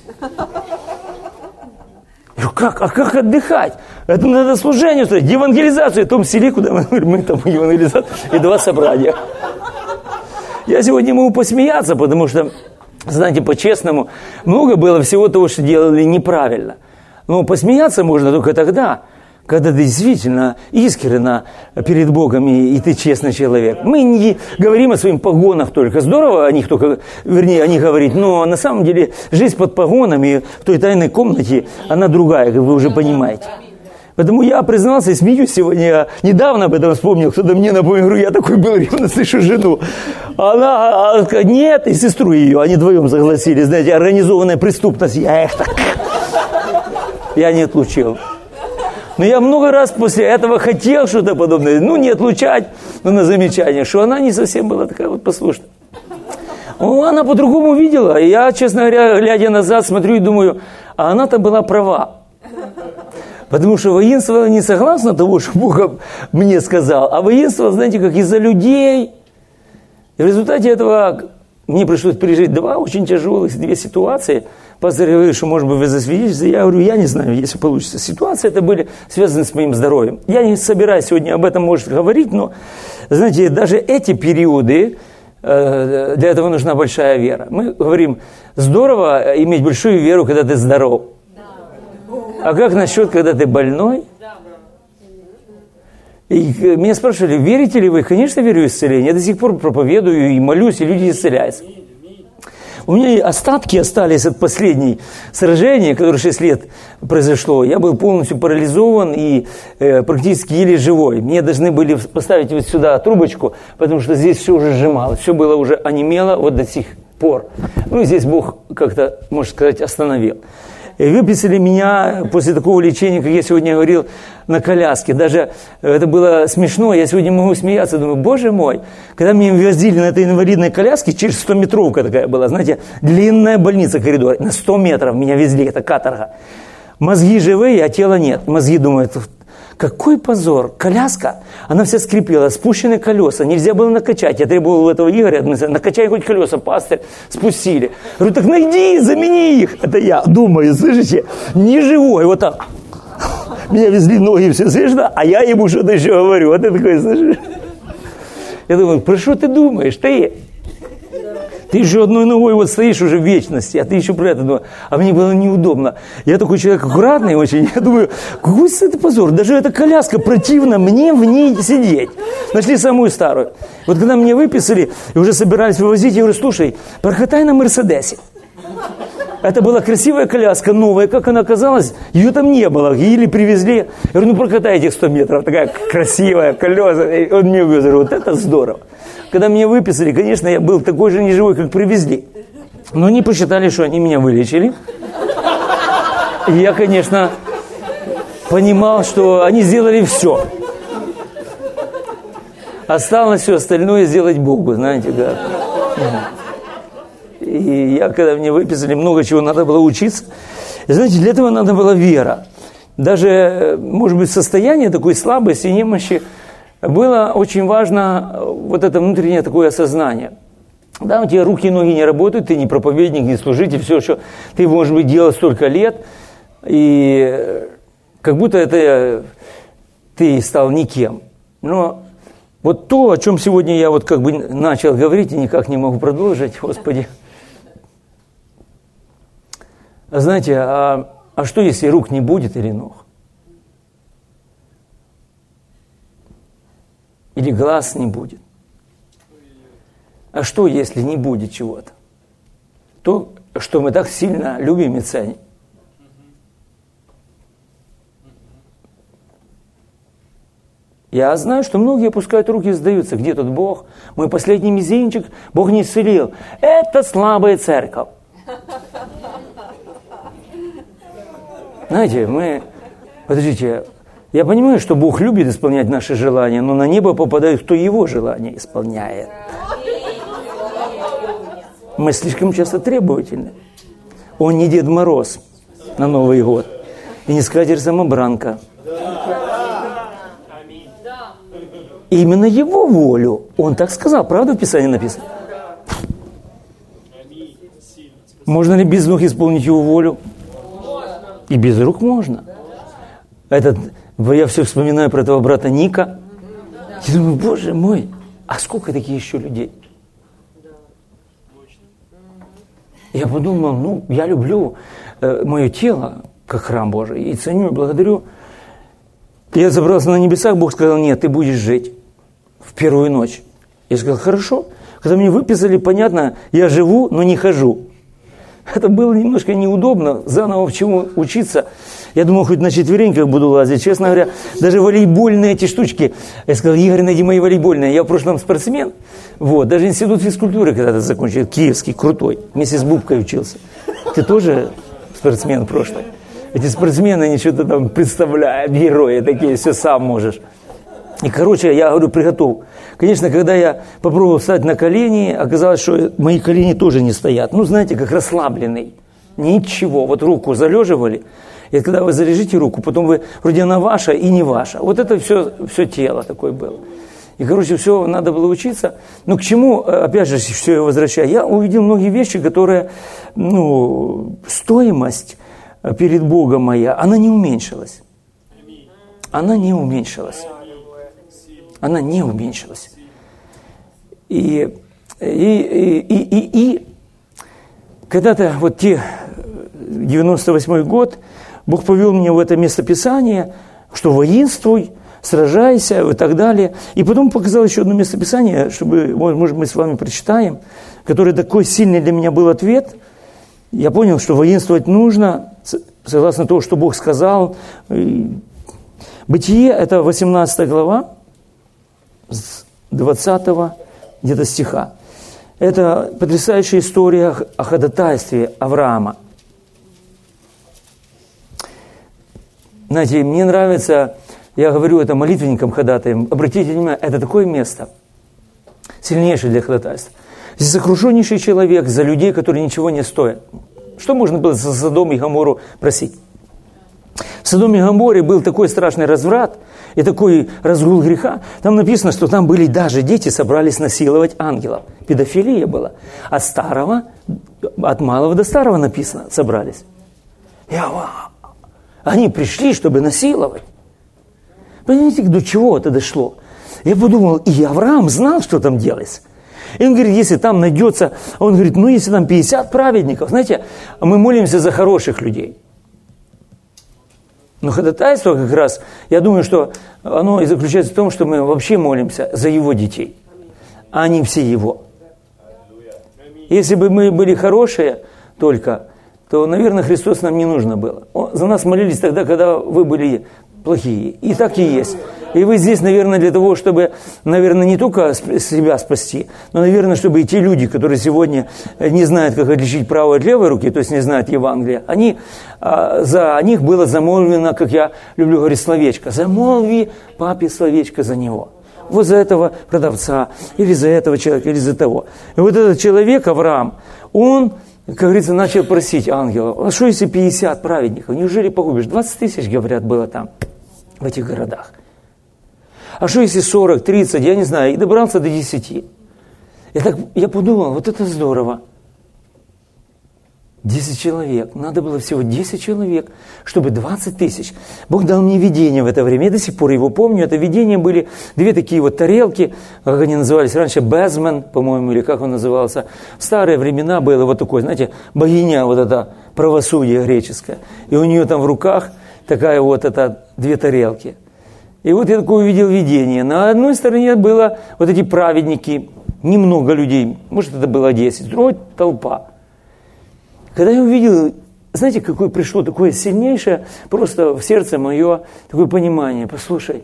Я говорю, как? А как отдыхать? Это надо служение устроить, евангелизацию. В том селе, куда мы говорим, мы там евангелизацию, и два собрания. Я сегодня могу посмеяться, потому что, знаете, по-честному, много было всего того, что делали неправильно. Но посмеяться можно только тогда, когда ты действительно искренне перед Богом, и, и ты честный человек. Мы не говорим о своих погонах только. Здорово о них только, вернее, о них говорить, но на самом деле жизнь под погонами в той тайной комнате, она другая, как вы уже понимаете. Поэтому я признался и смеюсь сегодня. Я недавно об этом вспомнил, кто-то мне напомнил, говорю, я такой был ревностный, что жену. Она, она сказала, нет, и сестру ее, они вдвоем согласились, знаете, организованная преступность. Я их так, я не отлучил. Но я много раз после этого хотел что-то подобное, ну, не отлучать, но на замечание, что она не совсем была такая вот послушная. Ну, она по-другому видела, и я, честно говоря, глядя назад, смотрю и думаю, а она-то была права. Потому что воинствовала не согласно того, что Бог мне сказал, а воинствовала, знаете, как из-за людей. И в результате этого мне пришлось пережить два очень тяжелых, две ситуации. Пастор говорит, что, может быть, вы засвидетельствуете. Я говорю, я не знаю, если получится. Ситуации это были связаны с моим здоровьем. Я не собираюсь сегодня об этом, может, говорить, но, знаете, даже эти периоды, э, для этого нужна большая вера. Мы говорим, здорово иметь большую веру, когда ты здоров. А как насчет, когда ты больной? И меня спрашивали, верите ли вы? Конечно, верю в исцеление. Я до сих пор проповедую и молюсь, и люди исцеляются. У меня остатки остались от последней сражения, которое шесть лет произошло. Я был полностью парализован и э, практически еле живой. Мне должны были поставить вот сюда трубочку, потому что здесь все уже сжималось. Все было уже онемело вот до сих пор. Ну, здесь Бог как-то, можно сказать, остановил. И выписали меня после такого лечения, как я сегодня говорил, на коляске. Даже это было смешно, я сегодня могу смеяться, думаю, боже мой, когда меня возили на этой инвалидной коляске, через стометровка такая была, знаете, длинная больница, коридор, на сто метров меня везли, это каторга. Мозги живые, а тела нет. Мозги думают, какой позор, коляска, она вся скрипела, спущены колеса, нельзя было накачать. Я требовал у этого Игоря, накачай хоть колеса, пастырь, спустили. Говорю, так найди, замени их. Это я думаю, слышите, не живой, вот так. Меня везли ноги, все смешно, а я ему что-то еще говорю. Вот ты такой, слышишь? Я думаю, про что ты думаешь, ты? Ты еще одной ногой вот стоишь уже в вечности, а ты еще про это думаешь. А мне было неудобно. Я такой человек аккуратный очень. Я думаю, какой это позор. Даже эта коляска противна мне в ней сидеть. Нашли самую старую. Вот когда меня выписали и уже собирались вывозить, я говорю, слушай, прокатай на Мерседесе. Это была красивая коляска, новая. Как она оказалась, ее там не было. Или привезли. Я говорю, ну прокатай этих сто метров. Такая красивая колеса. И он мне увез. Вот это здорово. Когда меня выписали, конечно, я был такой же неживой, как привезли. Но они посчитали, что они меня вылечили. И я, конечно, понимал, что они сделали все. Осталось все остальное сделать Богу, знаете, как. И я, когда меня выписали, много чего надо было учиться. И, знаете, для этого надо была вера. Даже, может быть, состояние такой слабости и немощи было очень важно вот это внутреннее такое осознание. Да, у тебя руки и ноги не работают, ты не проповедник, не служитель, все, что ты, может быть, делал столько лет, и как будто это ты стал никем. Но вот то, о чем сегодня я вот как бы начал говорить и никак не могу продолжить, Господи. Знаете, а, а что, если рук не будет или ног? Или глаз не будет? А что, если не будет чего-то? То, что мы так сильно любим и ценим. Я знаю, что многие опускают руки и сдаются. Где тут Бог? Мой последний мизинчик Бог не исцелил. Это слабая церковь. Знаете, мы... Подождите, я понимаю, что Бог любит исполнять наши желания, но на небо попадает, кто Его желания исполняет. Мы слишком часто требовательны. Он не Дед Мороз на Новый год. И не скатерть-самобранка. И именно Его волю Он так сказал. Правда в Писании написано? Можно ли без ног исполнить Его волю? И без рук можно. Этот, я все вспоминаю про этого брата Ника. Я думаю, Боже мой, а сколько таких еще людей? Я подумал, ну, я люблю э, мое тело, как храм Божий, и ценю, и благодарю. Я забрался на небесах, Бог сказал, нет, ты будешь жить в первую ночь. Я сказал, хорошо. Когда мне выписали, понятно, я живу, но не хожу. Это было немножко неудобно, заново в чему учиться. Я думал, хоть на четвереньках буду лазить. Честно говоря, даже волейбольные эти штучки. Я сказал, Игорь, найди мои волейбольные. Я в прошлом спортсмен. Вот, даже институт физкультуры когда-то закончил, киевский, крутой. Вместе с Бубкой учился. Ты тоже спортсмен в прошлом? Эти спортсмены, они что-то там представляют, герои такие, все сам можешь. И, короче, я говорю, приготов. Конечно, когда я попробовал встать на колени, оказалось, что мои колени тоже не стоят. Ну, знаете, как расслабленный. Ничего. Вот руку залеживали. И когда вы залежите руку, потом вы, вроде она ваша и не ваша. Вот это все, все тело такое было. И, короче, все надо было учиться. Но к чему, опять же, все я возвращаю? Я увидел многие вещи, которые, ну, стоимость перед Богом моя, она не уменьшилась. Она не уменьшилась. Она не уменьшилась. И, и, и, и, и, и когда-то, вот те, девяносто восьмой год, Бог повел меня в это местописание, что воинствуй, сражайся и так далее. И потом показал еще одно местописание, чтобы, может, мы с вами прочитаем, который такой сильный для меня был ответ. Я понял, что воинствовать нужно, согласно тому, что Бог сказал. Бытие, это восемнадцатая глава, с двадцатого где-то стиха. Это потрясающая история о ходатайстве Авраама. Знаете, мне нравится, я говорю это молитвенникам ходатаям, обратите внимание, это такое место, сильнейшее для ходатайства. Здесь сокрушеннейший человек за людей, которые ничего не стоят. Что можно было за Содом и Гоморру просить? В Содоме и Гоморре был такой страшный разврат и такой разгул греха. Там написано, что там были даже дети, собрались насиловать ангелов. Педофилия была. От старого, от малого до старого написано, собрались. Я, они пришли, чтобы насиловать. Понимаете, до чего это дошло? Я подумал, и Авраам знал, что там делается. И он говорит, если там найдется, он говорит, ну если там пятьдесят праведников, знаете, мы молимся за хороших людей. Но ходатайство как раз, я думаю, что оно и заключается в том, что мы вообще молимся за его детей, а не все его. Если бы мы были хорошие только, то, наверное, Христос нам не нужно было. За нас молились тогда, когда вы были плохие. И так и есть. И вы здесь, наверное, для того, чтобы, наверное, не только себя спасти, но, наверное, чтобы и те люди, которые сегодня не знают, как отличить правую от левой руки, то есть не знают Евангелия, они, за них было замолвлено, как я люблю говорить, словечко. Замолви папе словечко за него. Вот за этого продавца, или за этого человека, или за того. И вот этот человек, Авраам, он, как говорится, начал просить ангелов, а что если пятьдесят праведников, неужели погубишь? двадцать тысяч, говорят, было там, в этих городах. А что если сорок, тридцать, я не знаю, и добрался до десяти. Я, так, я подумал, вот это здорово. десять человек. Надо было всего десять человек, чтобы двадцать тысяч. Бог дал мне видение в это время. Я до сих пор его помню. Это видение были две такие вот тарелки, как они назывались раньше, безмен, по-моему, или как он назывался. В старые времена было вот такое, знаете, богиня, вот это правосудие греческое. И у нее там в руках такая вот это две тарелки. И вот я такое увидел видение. На одной стороне было вот эти праведники, немного людей, может, это было десять, другой толпа. Когда я увидел, знаете, какое пришло такое сильнейшее, просто в сердце мое такое понимание, послушай,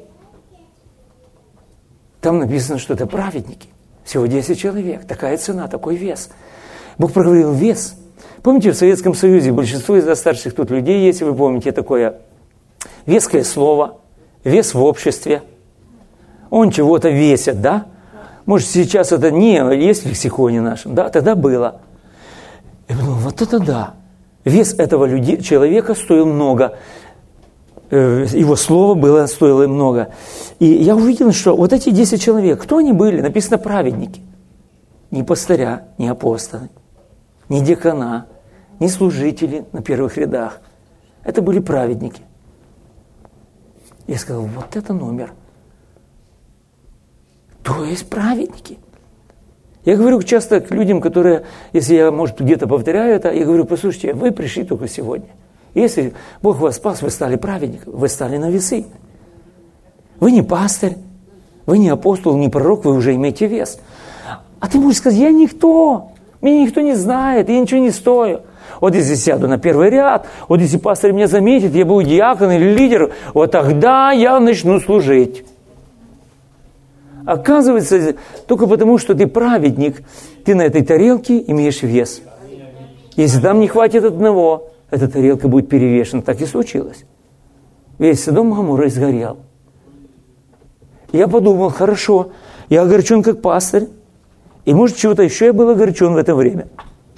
там написано, что это праведники, всего десять человек, такая цена, такой вес. Бог проговорил вес. Помните, в Советском Союзе большинство из старших тут людей, если вы помните, такое веское слово, вес в обществе. Он чего-то весит, да? Может, сейчас это не есть в лексиконе нашем, да? Тогда было. Я подумал, вот это да. Вес этого люди, человека стоил много. Его слово было, стоило много. И я увидел, что вот эти десять человек, кто они были? Написано праведники. Не пастыря, не апостолы, не диакона, не служители на первых рядах. Это были праведники. Я сказал, вот это номер. То есть праведники. Я говорю часто к людям, которые, если я, может, где-то повторяю это, я говорю, послушайте, вы пришли только сегодня. Если Бог вас спас, вы стали праведником, вы стали на весы. Вы не пастырь, вы не апостол, не пророк, вы уже имеете вес. А ты можешь сказать, я никто, меня никто не знает, я ничего не стою. Вот если сяду на первый ряд, вот если пастор меня заметит, я буду диакон или лидер, вот тогда я начну служить. Оказывается, только потому, что ты праведник, ты на этой тарелке имеешь вес. Если там не хватит одного, эта тарелка будет перевешена. Так и случилось. Весь Содом и Гоморра сгорел. Я подумал, хорошо, я огорчен как пастырь, и может чего-то еще я был огорчен в это время.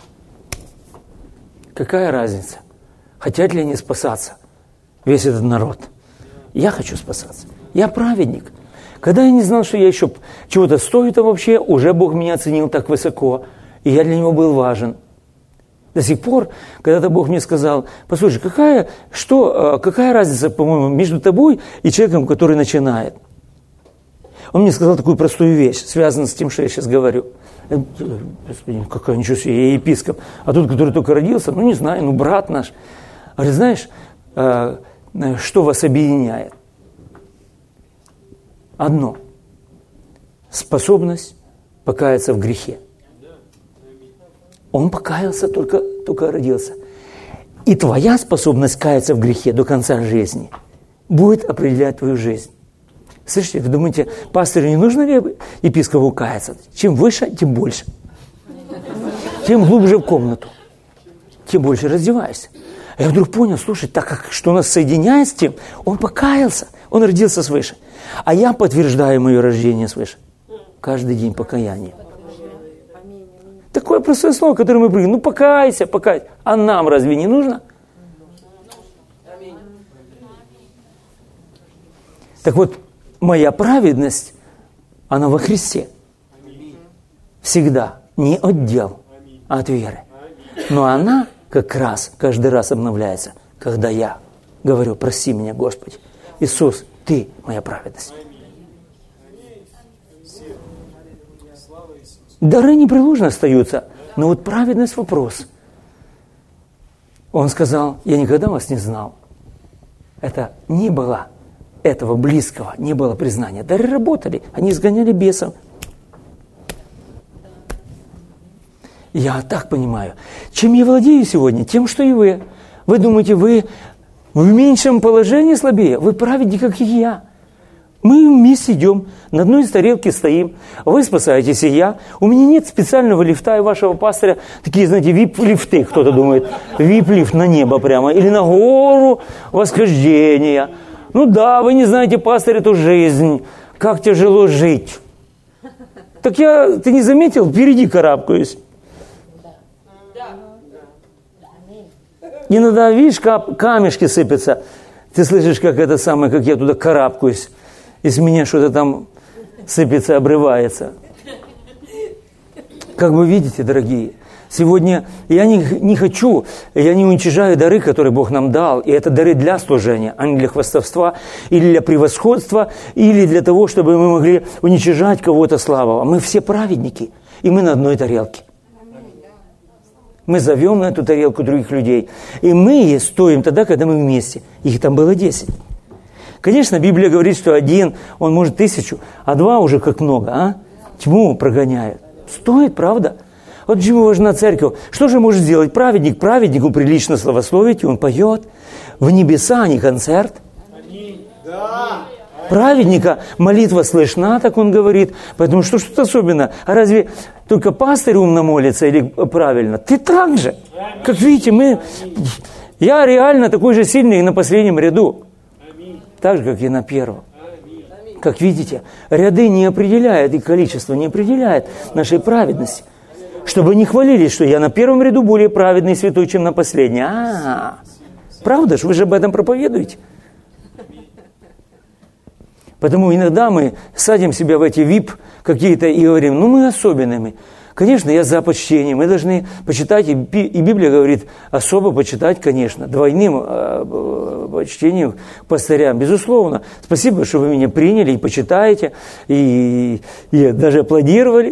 Какая разница? Хотят ли они спасаться? Весь этот народ. Я хочу спасаться. Я праведник. Когда я не знал, что я еще чего-то стою там вообще, уже Бог меня оценил так высоко, и я для Него был важен. До сих пор, когда-то Бог мне сказал, послушай, какая, что, какая разница, по-моему, между тобой и человеком, который начинает? Он мне сказал такую простую вещь, связанную с тем, что я сейчас говорю. Господи, какая ничего себе, я епископ. А тот, который только родился, ну не знаю, ну брат наш. Говорит, знаешь, что вас объединяет? Одно. Способность покаяться в грехе. Он покаялся, только, только родился. И твоя способность каяться в грехе до конца жизни будет определять твою жизнь. Слышите, вы думаете, пастырю не нужно ли епископу каяться? Чем выше, тем больше. Тем глубже в комнату. Тем больше раздеваешься. Я вдруг понял, слушай, так как что нас соединяет с тем, он покаялся, он родился свыше. А я подтверждаю мое рождение свыше. Каждый день покаяние. Такое простое слово, которое мы прыгаем. Ну покайся, покайся. А нам разве не нужно? Так вот, моя праведность, она во Христе. Всегда. Не от дел, а от веры. Но она как раз, каждый раз обновляется, когда я говорю, прости меня, Господи. Иисус, Ты моя праведность. Дары непреложно остаются, но вот праведность вопрос. Он сказал, я никогда вас не знал. Это не было этого близкого, не было признания. Дары работали, они изгоняли бесов. Я так понимаю. Чем я владею сегодня? Тем, что и вы. Вы думаете, вы в меньшем положении слабее? Вы праведники, как и я. Мы вместе идем, на одной из тарелки стоим, вы спасаетесь, и я. У меня нет специального лифта, и вашего пастыря такие, знаете, вип-лифты, кто-то думает, вип-лифт на небо прямо, или на гору восхождения. Ну да, вы не знаете, пастырь, эту жизнь, как тяжело жить. Так я, ты не заметил, впереди карабкаюсь. Иногда, видишь, камешки сыпятся, ты слышишь, как это самое, как я туда карабкаюсь. Из меня что-то там сыпется, обрывается. Как вы видите, дорогие, сегодня я не, не хочу, я не уничижаю дары, которые Бог нам дал. И это дары для служения, а не для хвастовства, или для превосходства, или для того, чтобы мы могли уничижать кого-то слабого. Мы все праведники, и мы на одной тарелке. Мы зовем на эту тарелку других людей. И мы стоим тогда, когда мы вместе. Их там было десять. Конечно, Библия говорит, что один, он может тысячу, а два уже как много, а? Тьму прогоняют. Стоит, правда? Вот почему важна церковь. Что же может сделать праведник? Праведнику прилично славословить, и он поет. В небеса, а не концерт. Праведника молитва слышна, так он говорит. Поэтому что что-то особенное. А разве только пастырь умно молится или правильно? Ты так же. Как видите, мы... Я реально такой же сильный и на последнем ряду. Так же, как и на первом. Как видите, ряды не определяют, и количество не определяет нашей праведности. Чтобы не хвалились, что я на первом ряду более праведный и святой, чем на последнем. А-а-а. Правда ж? Вы же об этом проповедуете. Поэтому иногда мы садим себя в эти вип какие-то и говорим, ну мы особенными. Конечно, я за почтение. Мы должны почитать, и Библия говорит, особо почитать, конечно, двойным почтением к пастырям. Безусловно. Спасибо, что вы меня приняли и почитаете, и, и даже аплодировали.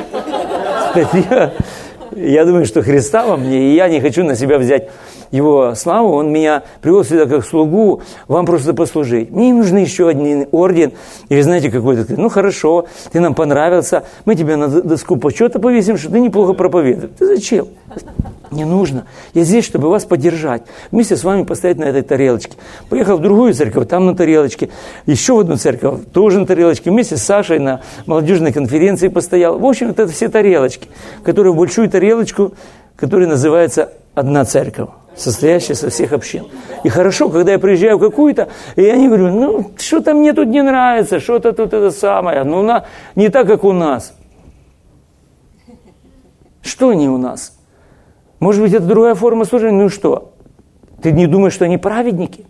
Я, я думаю, что Христа во мне, и я не хочу на себя взять Его славу. Он меня привел сюда как слугу, вам просто послужить. Мне не нужен еще один орден, или знаете, какой-то, ну хорошо, ты нам понравился, мы тебя на доску почета повесим, что ты неплохо проповедуешь. Ты зачем? Не нужно. Я здесь, чтобы вас поддержать. Вместе с вами постоять на этой тарелочке. Поехал в другую церковь, там на тарелочке. Еще в одну церковь, тоже на тарелочке. Вместе с Сашей на молодежной конференции постоял. В общем, это все тарелочки, которые в большую тарелочку, которая называется «Одна церковь», состоящая со всех общин. И хорошо, когда я приезжаю в какую-то, и я не говорю, ну, что-то мне тут не нравится, что-то тут это самое. Ну, на, не так, как у нас. Что не у нас? Может быть, это другая форма служения? Ну что? Ты не думаешь, что они праведники?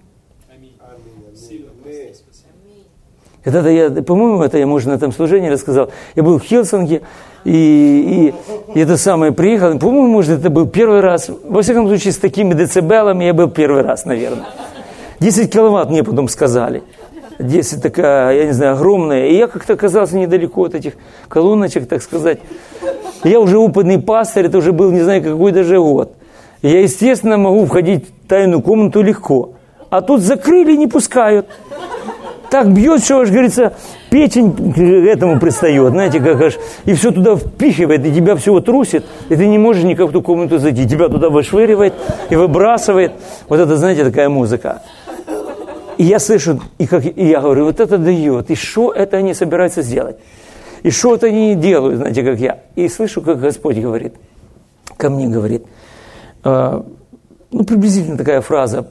Когда-то я, по-моему, это я, может, на этом служении рассказал. Я был в Хилсонге, и, и, и это самое, приехал. По-моему, может, это был первый раз. Во всяком случае, с такими децибелами я был первый раз, наверное. десять киловатт мне потом сказали. десять такая, я не знаю, огромная. И я как-то оказался недалеко от этих колоночек, так сказать. Я уже опытный пастырь, это уже был, не знаю, какой даже год. И я, естественно, могу входить в тайную комнату легко. А тут закрыли и не пускают. Так бьет, что, аж, говорится, печень к этому пристает, знаете, как аж, и все туда впихивает, и тебя всего трусит, и ты не можешь никак в ту комнату зайти. Тебя туда вышвыривает и выбрасывает. Вот это, знаете, такая музыка. И я слышу, и, как, и я говорю, вот это дает. И что это они собираются сделать? И что это они делают, знаете, как я. И слышу, как Господь говорит, ко мне говорит, э, ну, приблизительно такая фраза.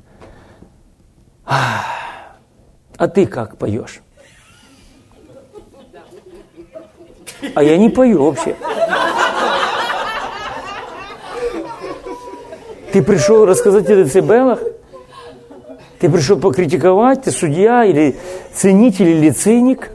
А ты как поешь? А я не пою вообще. Ты пришел рассказать о децибелах? Ты пришел покритиковать? Ты судья или ценитель или циник?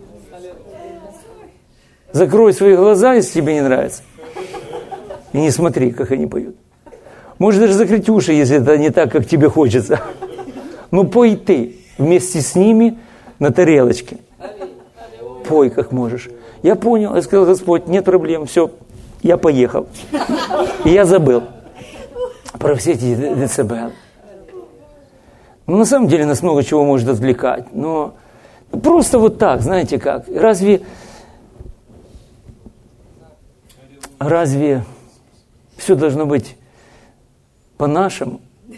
Закрой свои глаза, если тебе не нравится. И не смотри, как они поют. Можешь даже закрыть уши, если это не так, как тебе хочется. Ну пой ты вместе с ними на тарелочке. Пой, как можешь. Я понял, я сказал, Господь, нет проблем, все, я поехал. И я забыл про все эти децибелы. Ну, на самом деле нас много чего может отвлекать, но просто вот так, знаете как, разве... Разве все должно быть по-нашему?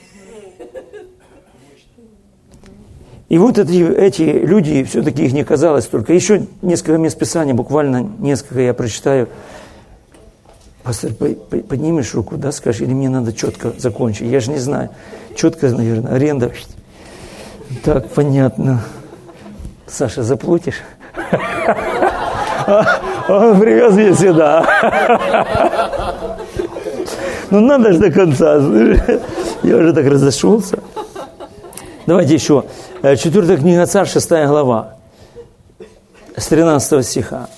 И вот эти, эти люди, все-таки их не казалось только. Еще несколько мест Писания, буквально несколько я прочитаю. Пастор, поднимешь руку, да, скажешь, или мне надо четко закончить? Я же не знаю. Четко, наверное, аренда. Так, понятно. Саша, заплатишь? Он привез меня сюда. Ну, надо же до конца. Я уже так разошелся. Давайте еще. Четвертая книга Царств, шестая глава. С тринадцатого стиха.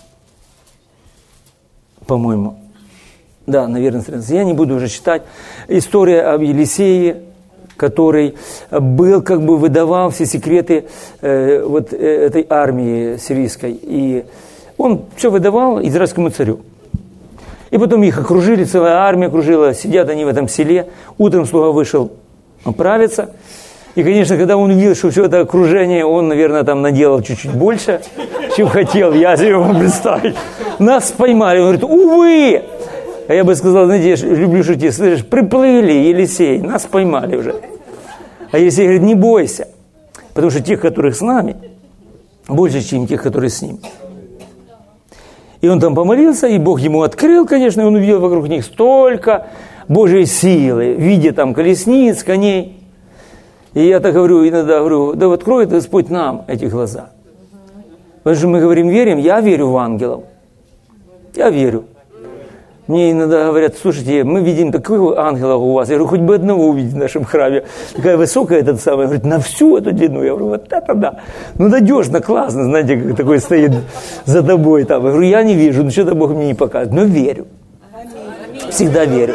По-моему. Да, наверное, с тринадцатого. Я не буду уже читать. История об Елисее, который был, как бы выдавал все секреты э, вот этой армии сирийской. И он все выдавал израильскому царю. И потом их окружили, целая армия окружила, сидят они в этом селе. Утром слуга вышел оправиться. И, конечно, когда он увидел, что все это окружение, он, наверное, там наделал чуть-чуть больше, чем хотел. Я себе могу представить. Нас поймали. Он говорит, увы! А я бы сказал, знаете, я люблю шутить, слышишь, приплыли, Елисей, нас поймали уже. А Елисей говорит, не бойся, потому что тех, которых с нами, больше, чем тех, которые с ним. И он там помолился, и Бог ему открыл, конечно, и он увидел вокруг них столько Божьей силы, в виде там колесниц, коней. И я так говорю, иногда говорю, да откроет Господь нам эти глаза. Потому что мы говорим, верим, я верю в ангелов. Я верю. Мне иногда говорят, слушайте, мы видим таких ангелов у вас. Я говорю, хоть бы одного увидеть в нашем храме. Такая высокая этот самый. Говорит, на всю эту длину. Я говорю, вот это да. Ну, надежно, классно, знаете, как такой стоит за тобой там. Я говорю, я не вижу, ну что-то Бог мне не показывает. Но верю. Всегда верю.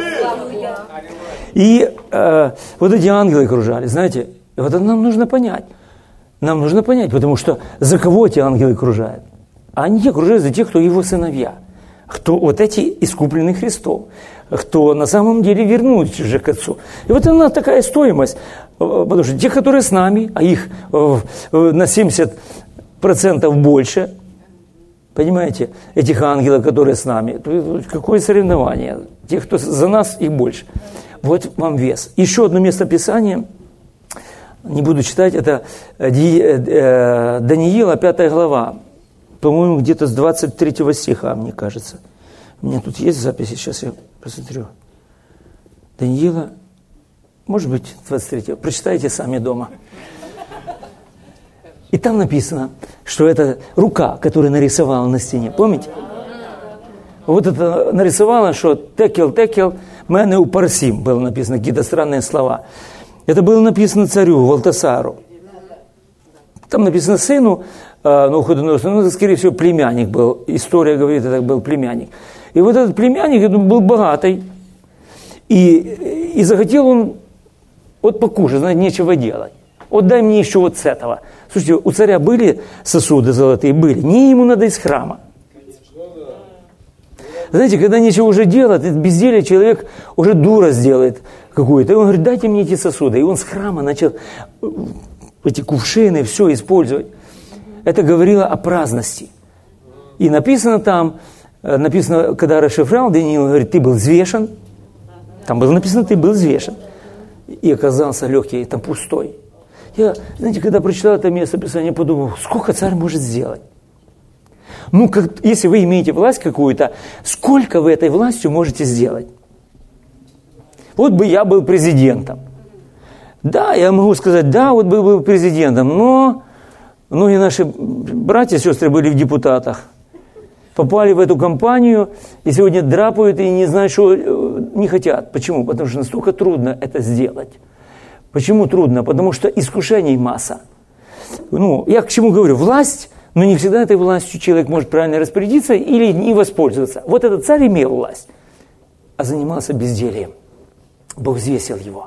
И э, вот эти ангелы окружали, знаете, вот это нам нужно понять. Нам нужно понять, потому что за кого эти ангелы окружают? Они окружают за тех, кто его сыновья. Кто вот эти искупленные Христом, кто на самом деле вернулись уже к Отцу. И вот она такая стоимость, потому что те, которые с нами, а их на семьдесят процентов больше, понимаете, этих ангелов, которые с нами, какое соревнование, тех, кто за нас, их больше. Вот вам вес. Еще одно место Писания, не буду читать, это Даниила, пятая глава. По-моему, где-то с двадцать третьего стиха, мне кажется. У меня тут есть записи, сейчас я посмотрю. Даниила, может быть, двадцать третьего. Прочитайте сами дома. И там написано, что это рука, которая нарисовала на стене. Помните? Вот это нарисовала, что текел, текел, мене упарсим, было написано, какие-то странные слова. Это было написано царю Валтасару. Там написано сыну, Навуходоносору, ну, скорее всего, племянник был. История говорит, это был племянник. И вот этот племянник это был богатый. И, и захотел он вот покушать, знаете, нечего делать. Вот дай мне еще вот с этого. Слушайте, у царя были сосуды золотые? Были. Не ему надо из храма. Знаете, когда нечего уже делать, безделье человек уже дура сделает какую-то. И он говорит, дайте мне эти сосуды. И он с храма начал эти кувшины, все использовать. Это говорило о праздности. И написано там, написано, когда расшифровал, Даниил говорит, ты был взвешен. Там было написано, ты был взвешен. И оказался легкий, там пустой. Я, знаете, когда прочитал это место Писания, подумал, сколько царь может сделать? Ну, как, если вы имеете власть какую-то, сколько вы этой властью можете сделать? Вот бы я был президентом. Да, я могу сказать, да, вот бы был президентом, но многие наши братья и сестры были в депутатах, попали в эту компанию и сегодня драпают и не знают, что не хотят. Почему? Потому что настолько трудно это сделать. Почему трудно? Потому что искушений масса. Ну, я к чему говорю? Власть, но не всегда этой властью человек может правильно распорядиться или не воспользоваться. Вот этот царь имел власть, а занимался бездельем. Бог взвесил его.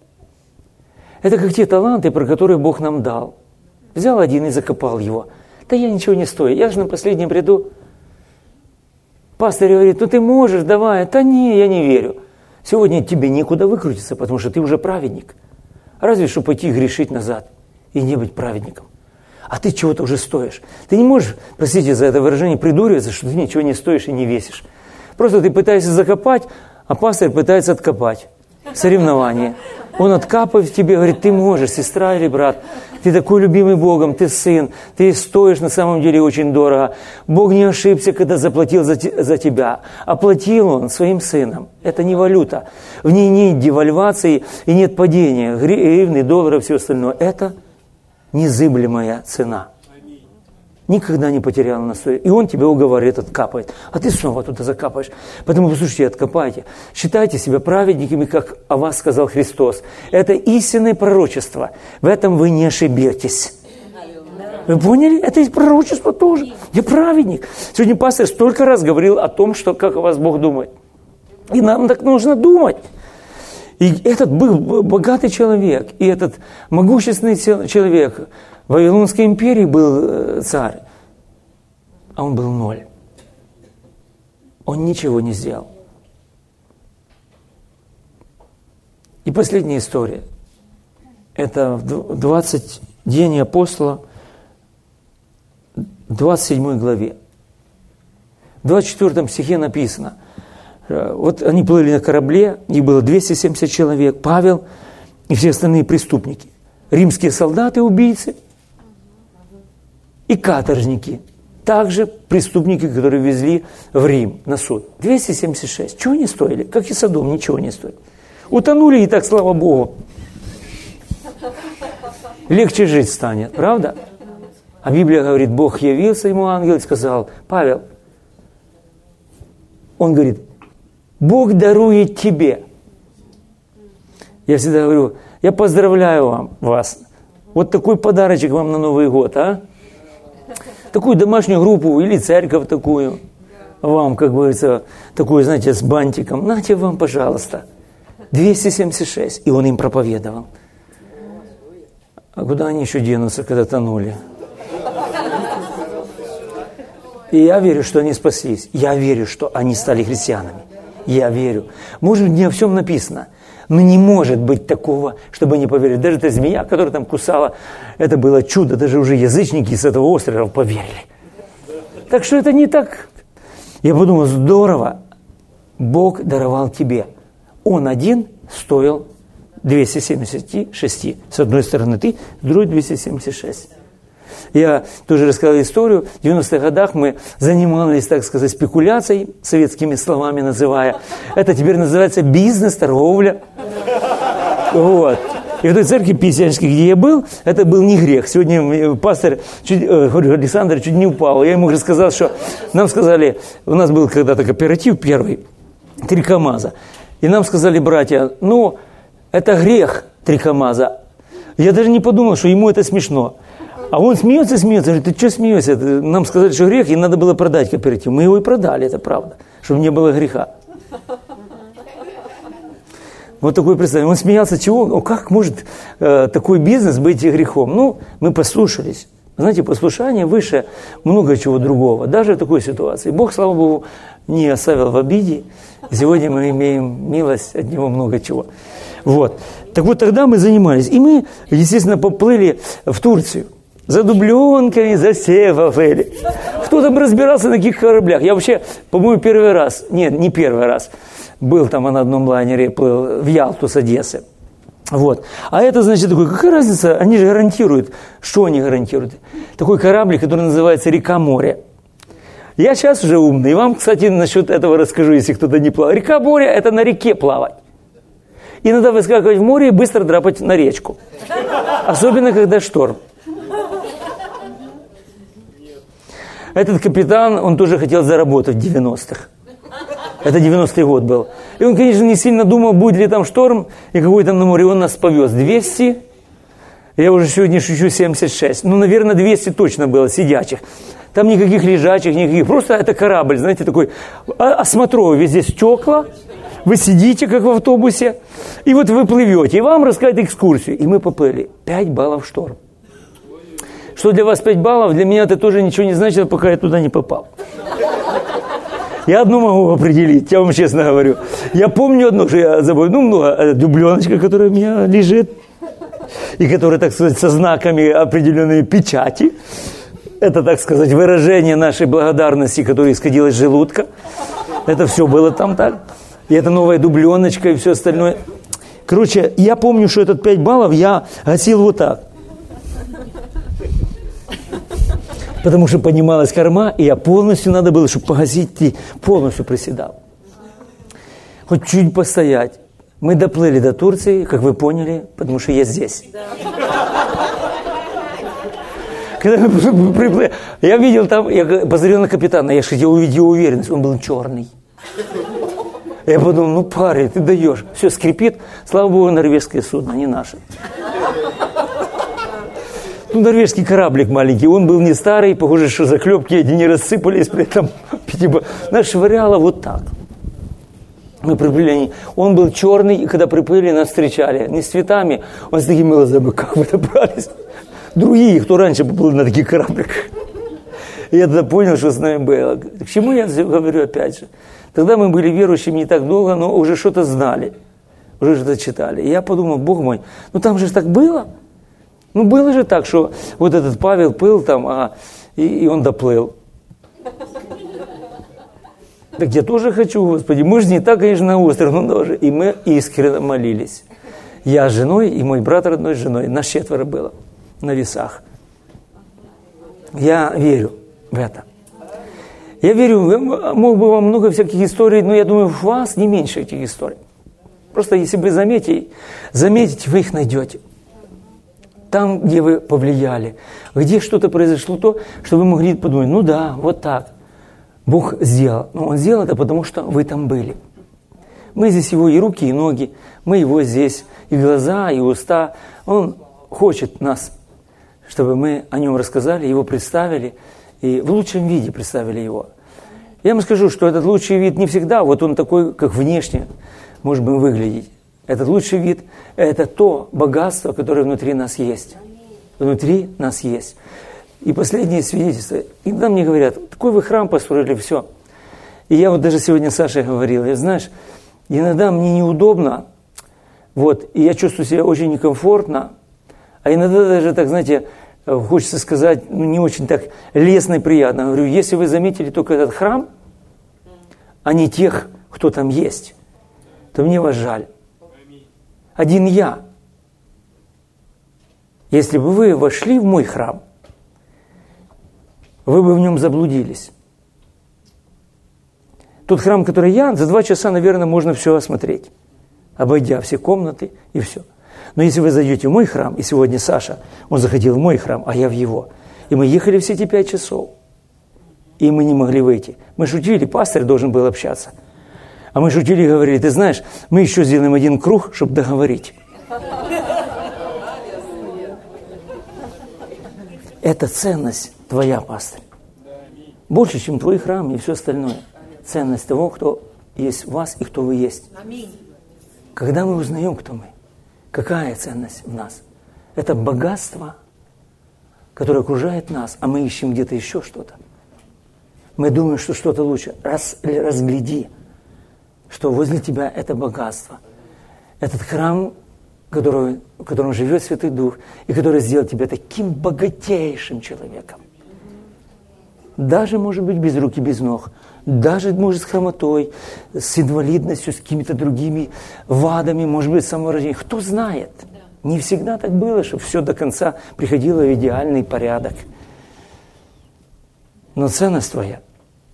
Это как те таланты, про которые Бог нам дал. Взял один и закопал его. Да я ничего не стою, я же на последнем ряду. Пастор говорит, ну ты можешь, давай. Да не, я не верю. Сегодня тебе некуда выкрутиться, потому что ты уже праведник. Разве что пойти грешить назад и не быть праведником. А ты чего-то уже стоишь. Ты не можешь, простите за это выражение, придуриваться, что ты ничего не стоишь и не весишь. Просто ты пытаешься закопать, а пастор пытается откопать. Соревнование. Он откапывает тебе, говорит, ты можешь, сестра или брат, ты такой любимый Богом, ты сын, ты стоишь на самом деле очень дорого. Бог не ошибся, когда заплатил за, те, за тебя. Оплатил Он своим сыном. Это не валюта. В ней нет девальвации и нет падения. Гривны, долларов, все остальное. Это незыблемая цена. Никогда не потерял на своей. И он тебя уговаривает, откапывает. А ты снова туда закапаешь. Поэтому, послушайте, откопайте. Считайте себя праведниками, как о вас сказал Христос. Это истинное пророчество. В этом вы не ошибетесь. Вы поняли? Это и пророчество тоже. Я праведник. Сегодня пастор столько раз говорил о том, что, как о вас Бог думает. И нам так нужно думать. И этот был богатый человек, и этот могущественный человек в Вавилонской империи был царь, а он был ноль. Он ничего не сделал. И последняя история. это в двадцать Деяний апостола, двадцать седьмой главе. В двадцать четвёртом стихе написано, вот они плыли на корабле, их было двести семьдесят человек, Павел и все остальные преступники, римские солдаты, убийцы и каторжники, также преступники, которые везли в Рим на суд. двести семьдесят шесть. Чего они стоили? Как и Содом, ничего не стоили. Утонули, и так, слава Богу. Легче жить станет, правда? А Библия говорит, Бог явился ему, ангел, и сказал, Павел, он говорит, Бог дарует тебе. Я всегда говорю, я поздравляю вам, вас. Вот такой подарочек вам на Новый год, а? Такую домашнюю группу или церковь такую. Вам, как говорится, такую, знаете, с бантиком. Нате вам, пожалуйста. двести семьдесят шесть. И он им проповедовал. А куда они еще денутся, когда тонули? И я верю, что они спаслись. Я верю, что они стали христианами. Я верю. Может быть, не о всем написано. Но не может быть такого, чтобы они поверили. Даже эта змея, которая там кусала, это было чудо. Даже уже язычники с этого острова поверили. Так что это не так. Я подумал, здорово. Бог даровал тебе. Он один стоил двести семьдесят шесть. С одной стороны ты, с другой двести семьдесят шесть. Я тоже рассказал историю. В девяностых годах мы занимались, так сказать, спекуляцией, советскими словами называя. Это теперь называется бизнес, торговля. Вот. И в той церкви пятидесятнической, где я был, это был не грех. Сегодня пастор чуть, э, Александр чуть не упал. Я ему рассказал, что нам сказали, у нас был когда-то кооператив первый, три КАМАЗа. И нам сказали братья, ну, это грех, три КАМАЗа. Я даже не подумал, что ему это смешно. А он смеется, смеется, говорит, ты что смеешься? Нам сказали, что грех, и надо было продать кооператив. Мы его и продали, это правда, чтобы не было греха. Вот такое представление. Он смеялся, чего? Ну, как может э, такой бизнес быть грехом? Ну, мы послушались. Знаете, послушание выше много чего другого, даже в такой ситуации. Бог, слава Богу, не оставил в обиде. Сегодня мы имеем милость от Него много чего. Вот. Так вот, тогда мы занимались. И мы, естественно, поплыли в Турцию. За дубленками, за севафели. Кто там разбирался на каких кораблях? Я вообще, по-моему, первый раз, нет, не первый раз, был там на одном лайнере, плыл в Ялту с Одессы. Вот. А это, значит, такой, какая разница? Они же гарантируют. Что они гарантируют? Такой корабль, который называется «Река-море». Я сейчас уже умный. И вам, кстати, насчет этого расскажу, если кто-то не плавал. Река-море – это на реке плавать. И надо выскакивать в море и быстро драпать на речку. Особенно, когда шторм. Этот капитан, он тоже хотел заработать в девяностых. Это девяностый год был. И он, конечно, не сильно думал, будет ли там шторм, и какой там на море. Он нас повез. двести, я уже сегодня шучу, семьдесят шесть. Ну, наверное, двести точно было сидячих. Там никаких лежачих, никаких. Просто это корабль, знаете, такой осмотровый. Везде стекла. Вы сидите, как в автобусе. И вот вы плывете. И вам рассказывают экскурсию. И мы поплыли. Пять баллов шторм. Что для вас пять баллов, для меня это тоже ничего не значит, пока я туда не попал. Я одно могу определить, я вам честно говорю. Я помню одно, что я забыл. Ну, много, дубленочка, которая у меня лежит, и которая, так сказать, со знаками определенной печати. Это, так сказать, выражение нашей благодарности, которая исходила из желудка. Это все было там так. И это новая дубленочка и все остальное. Короче, я помню, что этот пять баллов я гасил вот так. Потому что поднималась корма, и я полностью надо было, чтобы погасить, и полностью приседал. Хоть чуть постоять. Мы доплыли до Турции, как вы поняли, потому что я здесь. Когда мы приплыли, я видел там, я посмотрел на капитана, я хотел увидеть его уверенность, он был черный. Я подумал, ну парень, ты даешь. Все скрипит, слава богу, норвежское судно, не наше. Ну, норвежский кораблик маленький, он был не старый, похоже, что заклепки эти не рассыпались, при этом типа, нас швыряло вот так. Мы приплыли, он был черный, и когда приплыли, нас встречали, не с цветами, он с такими глазами, как вы добрались. Другие, кто раньше поплыл на таких корабликах. И я тогда понял, что с нами было. К чему я говорю опять же? Тогда мы были верующими не так долго, но уже что-то знали. уже что-то читали. И я подумал, Бог мой, ну там же так было. Ну было же так, что вот этот Павел плыл там, а, и, и он доплыл. Так я тоже хочу, Господи. Мы же не так, конечно, на остров, но тоже. И мы искренне молились. Я с женой и мой брат родной с женой. Нас четверо было на весах. Я верю в это. Я верю, мог бы вам много всяких историй, но я думаю, у вас не меньше этих историй. Просто если вы заметите, заметите, вы их найдете. Там, где вы повлияли, где что-то произошло, то, что вы могли подумать, ну да, вот так. Бог сделал. Но Он сделал это, потому что вы там были. Мы здесь Его и руки, и ноги, мы Его здесь, и глаза, и уста. Он хочет нас, чтобы мы о Нем рассказали, Его представили, и в лучшем виде представили Его. Я вам скажу, что этот лучший вид не всегда, вот он такой, как внешне, может быть, выглядеть. Этот лучший вид – это то богатство, которое внутри нас есть. Внутри нас есть. И последнее свидетельство. Иногда мне говорят, такой вы храм построили, все. И я вот даже сегодня с Сашей говорил, я, знаешь, иногда мне неудобно, вот, и я чувствую себя очень некомфортно, а иногда даже так, знаете, хочется сказать, ну, не очень так лестно и приятно. Я говорю, если вы заметили только этот храм, а не тех, кто там есть, то мне вас жаль. Один я. Если бы вы вошли в мой храм, вы бы в нем заблудились. Тот храм, который я, за два часа, наверное, можно все осмотреть, обойдя все комнаты и все. Но если вы зайдете в мой храм, и сегодня Саша, он заходил в мой храм, а я в его, и мы ехали все эти пять часов, и мы не могли выйти. Мы шутили, пастор должен был общаться. А мы шутили и говорили, ты знаешь, мы еще сделаем один круг, чтобы договорить. Это ценность твоя, пастор. Больше, чем твой храм и все остальное. Ценность того, кто есть в вас и кто вы есть. Когда мы узнаем, кто мы, какая ценность в нас? Это богатство, которое окружает нас, а мы ищем где-то еще что-то. Мы думаем, что что-то лучше. Раз, разгляди, что возле тебя это богатство. Этот храм, который, в котором живет Святой Дух, и который сделал тебя таким богатейшим человеком. Даже, может быть, без рук и без ног. Даже, может, с хромотой, с инвалидностью, с какими-то другими вадами, может быть, с самого рождения. Кто знает? Не всегда так было, чтобы все до конца приходило в идеальный порядок. Но ценность твоя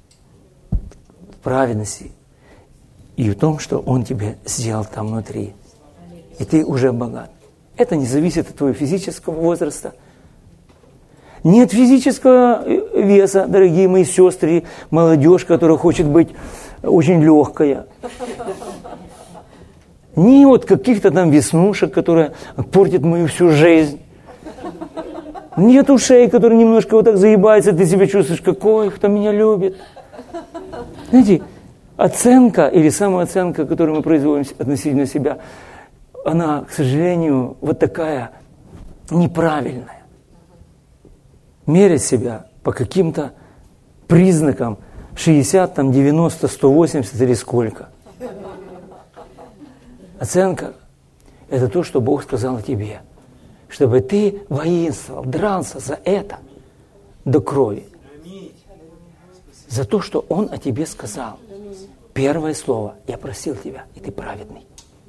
в праведности и в том, что Он тебе сделал там внутри. И ты уже богат. Это не зависит от твоего физического возраста. Не от физического веса, дорогие мои сестры, молодежь, которая хочет быть очень легкая. Не от каких-то там веснушек, которые портят мою всю жизнь. Нет ушей, которые немножко вот так заебаются, ты себя чувствуешь, какой, кто меня любит. Знаете, оценка или самооценка, которую мы производим относительно себя, она, к сожалению, вот такая неправильная. Мерять себя по каким-то признакам шестьдесят, там, девяносто, сто восемьдесят или сколько. Оценка – это то, что Бог сказал тебе, чтобы ты воинствовал, дрался за это до крови. За то, что Он о тебе сказал. Первое слово – я просил тебя, и ты праведный.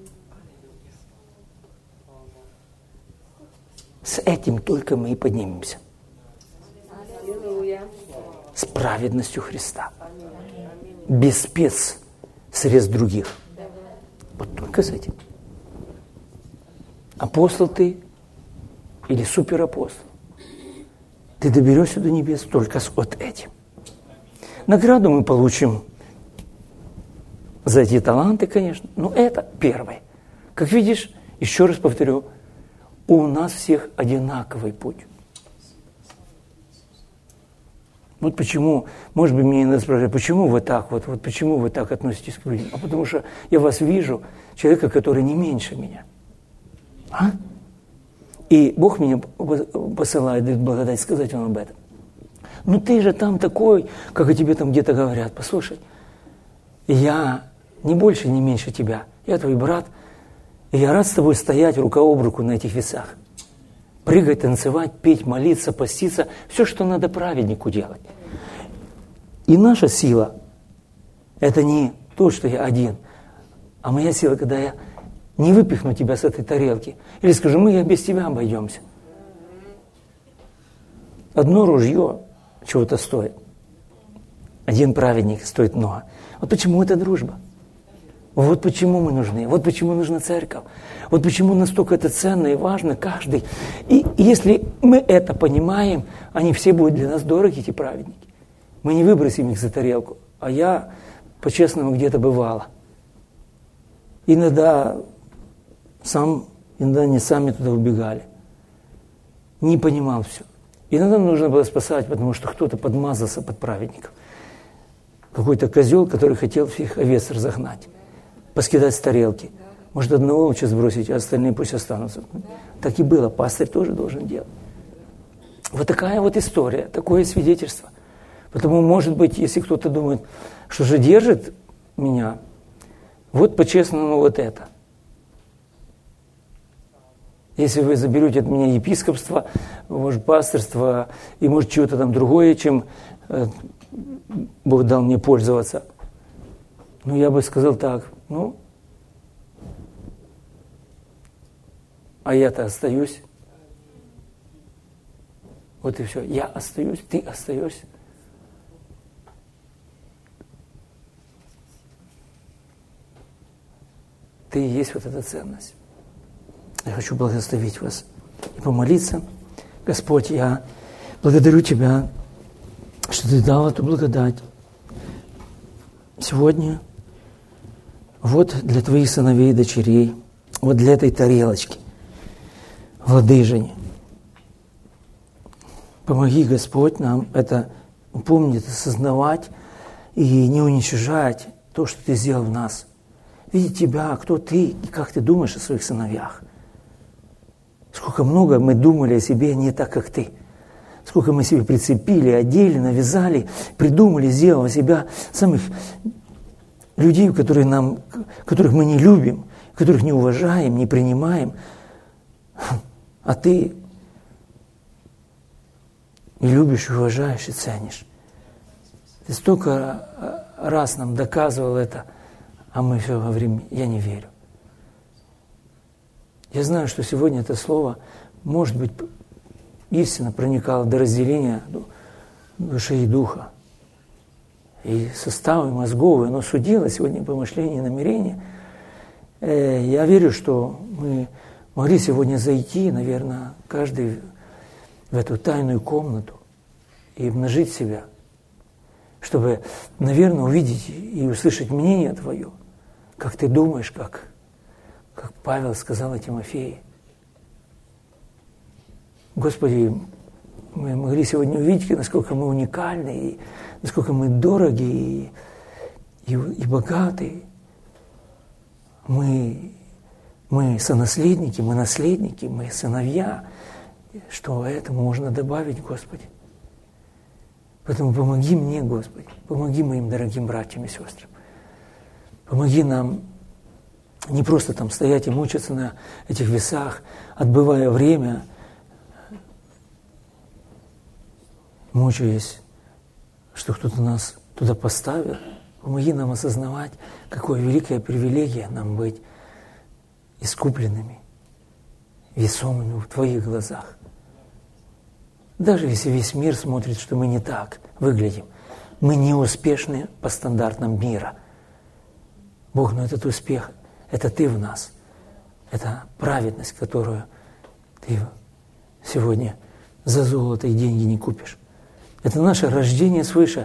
С этим только мы и поднимемся. С праведностью Христа. Без спецсредств других. Вот только с этим. Апостол ты или суперапостол. Ты доберешься до небес только с вот этим. Награду мы получим за эти таланты, конечно, но это первое. Как видишь, еще раз повторю, у нас всех одинаковый путь. Вот почему, может быть, мне иногда спрашивают, почему вы так вот, вот почему вы так относитесь к людям? А потому что я вас вижу, человека, который не меньше меня. А? И Бог меня посылает, дает благодать сказать вам об этом. Ну ты же там такой, как о тебе там где-то говорят. Послушай, я не больше, не меньше тебя. Я твой брат, И я рад с тобой стоять рука об руку на этих весах. Прыгать, танцевать, петь, молиться, поститься. Все, что надо праведнику делать. И наша сила – это не то, что я один, а моя сила, когда я не выпихну тебя с этой тарелки. Или скажу, мы без тебя обойдемся. Одно ружье чего-то стоит. Один праведник стоит много. Вот почему это дружба. Вот почему мы нужны. Вот почему нужна церковь. Вот почему настолько это ценно и важно каждый. И если мы это понимаем, они все будут для нас дороги, эти праведники. Мы не выбросим их за тарелку. А я, по-честному, где-то бывала. Иногда сам, иногда не сами туда убегали. Не понимал все. Иногда нужно было спасать, потому что кто-то подмазался под праведников. Какой-то козел, который хотел всех овец разогнать, поскидать с тарелки. Может, одного лучше сбросить, а остальные пусть останутся. Так и было, пастырь тоже должен делать. Вот такая вот история, такое свидетельство. Потому, может быть, если кто-то думает, что же держит меня, вот по-честному вот это. Если вы заберете от меня епископство, может, пастырство и, может, чего-то там другое, чем э, Бог дал мне пользоваться, ну, я бы сказал так, ну, а я-то остаюсь. Вот и все. Я остаюсь, ты остаешься. Ты и есть вот эта ценность. Я хочу благословить вас и помолиться. Господь, я благодарю Тебя, что Ты дал эту благодать сегодня. Вот для Твоих сыновей и дочерей, вот для этой тарелочки, владыжени. Помоги, Господь, нам это упомнить, осознавать и не уничтожать то, что Ты сделал в нас. Видеть Тебя, кто Ты и как Ты думаешь о своих сыновьях. Сколько много мы думали о себе не так, как Ты. Сколько мы себе прицепили, одели, навязали, придумали, сделали себя самых людей, которые нам, которых мы не любим, которых не уважаем, не принимаем. А Ты и любишь, и уважаешь, и ценишь. Ты столько раз нам доказывал это, а мы все говорим, я не верю. Я знаю, что сегодня это слово, может быть, истинно проникало до разделения души и духа. И составы, и мозгов, оно судило сегодня по мышлению и намерению. Я верю, что мы могли сегодня зайти, наверное, каждый в эту тайную комнату и обнажить себя, чтобы, наверное, увидеть и услышать мнение Твое, как Ты думаешь, как, как Павел сказал о Тимофее. Господи, мы могли сегодня увидеть, насколько мы уникальны, и насколько мы дороги и, и, и богаты. Мы, мы сонаследники, мы наследники, мы сыновья. Что этому можно добавить, Господи? Поэтому помоги мне, Господи, помоги моим дорогим братьям и сестрам. Помоги нам не просто там стоять и мучиться на этих весах, отбывая время, мучаясь, что кто-то нас туда поставил. Помоги нам осознавать, какое великая привилегия нам быть искупленными, весомыми в Твоих глазах. Даже если весь мир смотрит, что мы не так выглядим, мы не успешны по стандартам мира. Бог, но этот успех, это Ты в нас. Это праведность, которую Ты сегодня за золото и деньги не купишь. Это наше рождение свыше,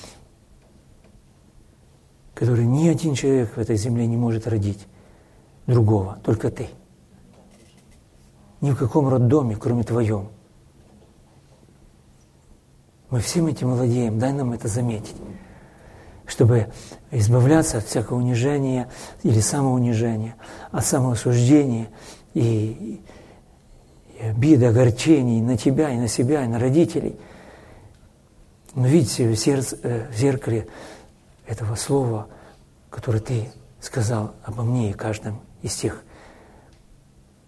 которое ни один человек в этой земле не может родить другого, только Ты. Ни в каком роддоме, кроме Твоем. Мы всем этим владеем, дай нам это заметить, чтобы избавляться от всякого унижения или самоунижения, от самоосуждения и, и обиды, огорчений на Тебя, и на себя, и на родителей. Но видите в, сердце, в зеркале этого слова, которое Ты сказал обо мне и каждом из тех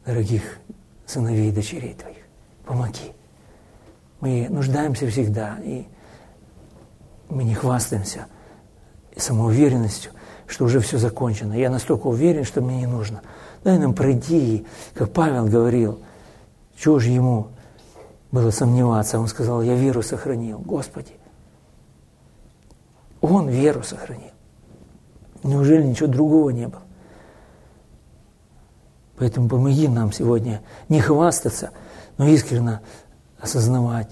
дорогих сыновей и дочерей Твоих. Помоги. Мы нуждаемся всегда, и мы не хвастаемся самоуверенностью, что уже все закончено. Я настолько уверен, что мне не нужно. Дай нам пройти, и, как Павел говорил, чего же ему было сомневаться? Он сказал, я веру сохранил. Господи, он веру сохранил. Неужели ничего другого не было? Поэтому помоги нам сегодня не хвастаться, но искренне осознавать,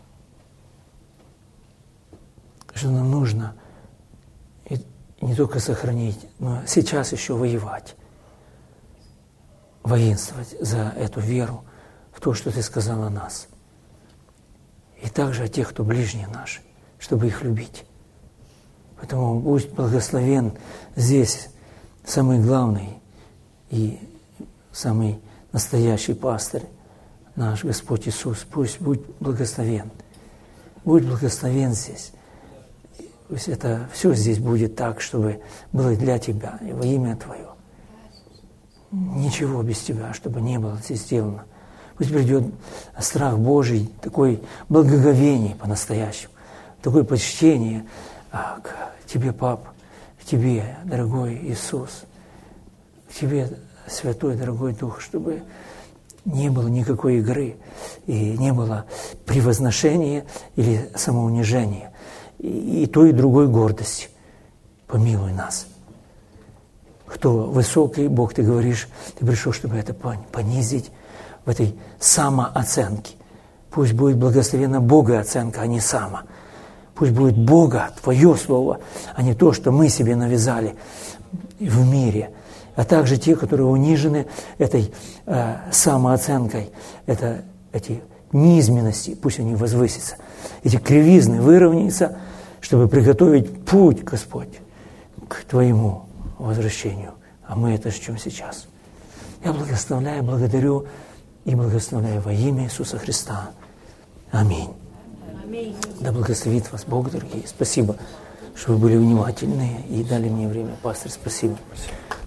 что нам нужно не только сохранить, но сейчас еще воевать, воинствовать за эту веру в то, что Ты сказал о нас. И также о тех, кто ближние наши, чтобы их любить. Поэтому будь благословен здесь самый главный и самый настоящий пастырь, наш Господь Иисус. Пусть будь благословен. Будь благословен здесь. Пусть это все здесь будет так, чтобы было для Тебя и во имя Твое. Ничего без Тебя, чтобы не было здесь сделано. Пусть придет страх Божий, такое благоговение по-настоящему, такое почтение к Тебе, Пап, к Тебе, дорогой Иисус, к Тебе, Святой, дорогой Дух, чтобы не было никакой игры и не было превозношения или самоунижения, и, и той, и другой гордости. Помилуй нас. Кто высокий, Бог, Ты говоришь, Ты пришел, чтобы это понизить в этой самооценке. Пусть будет благословена Бога оценка, а не сама. Пусть будет Бога, Твое Слово, а не то, что мы себе навязали в мире. А также те, которые унижены этой э, самооценкой, это, эти низменности, пусть они возвысятся. Эти кривизны выровняются, чтобы приготовить путь, Господь, к Твоему возвращению. А мы это ждем сейчас. Я благословляю, благодарю и благословляю во имя Иисуса Христа. Аминь. Аминь. Да благословит вас Бог, дорогие. Спасибо, что вы были внимательны и дали мне время. Пастор, спасибо. Спасибо.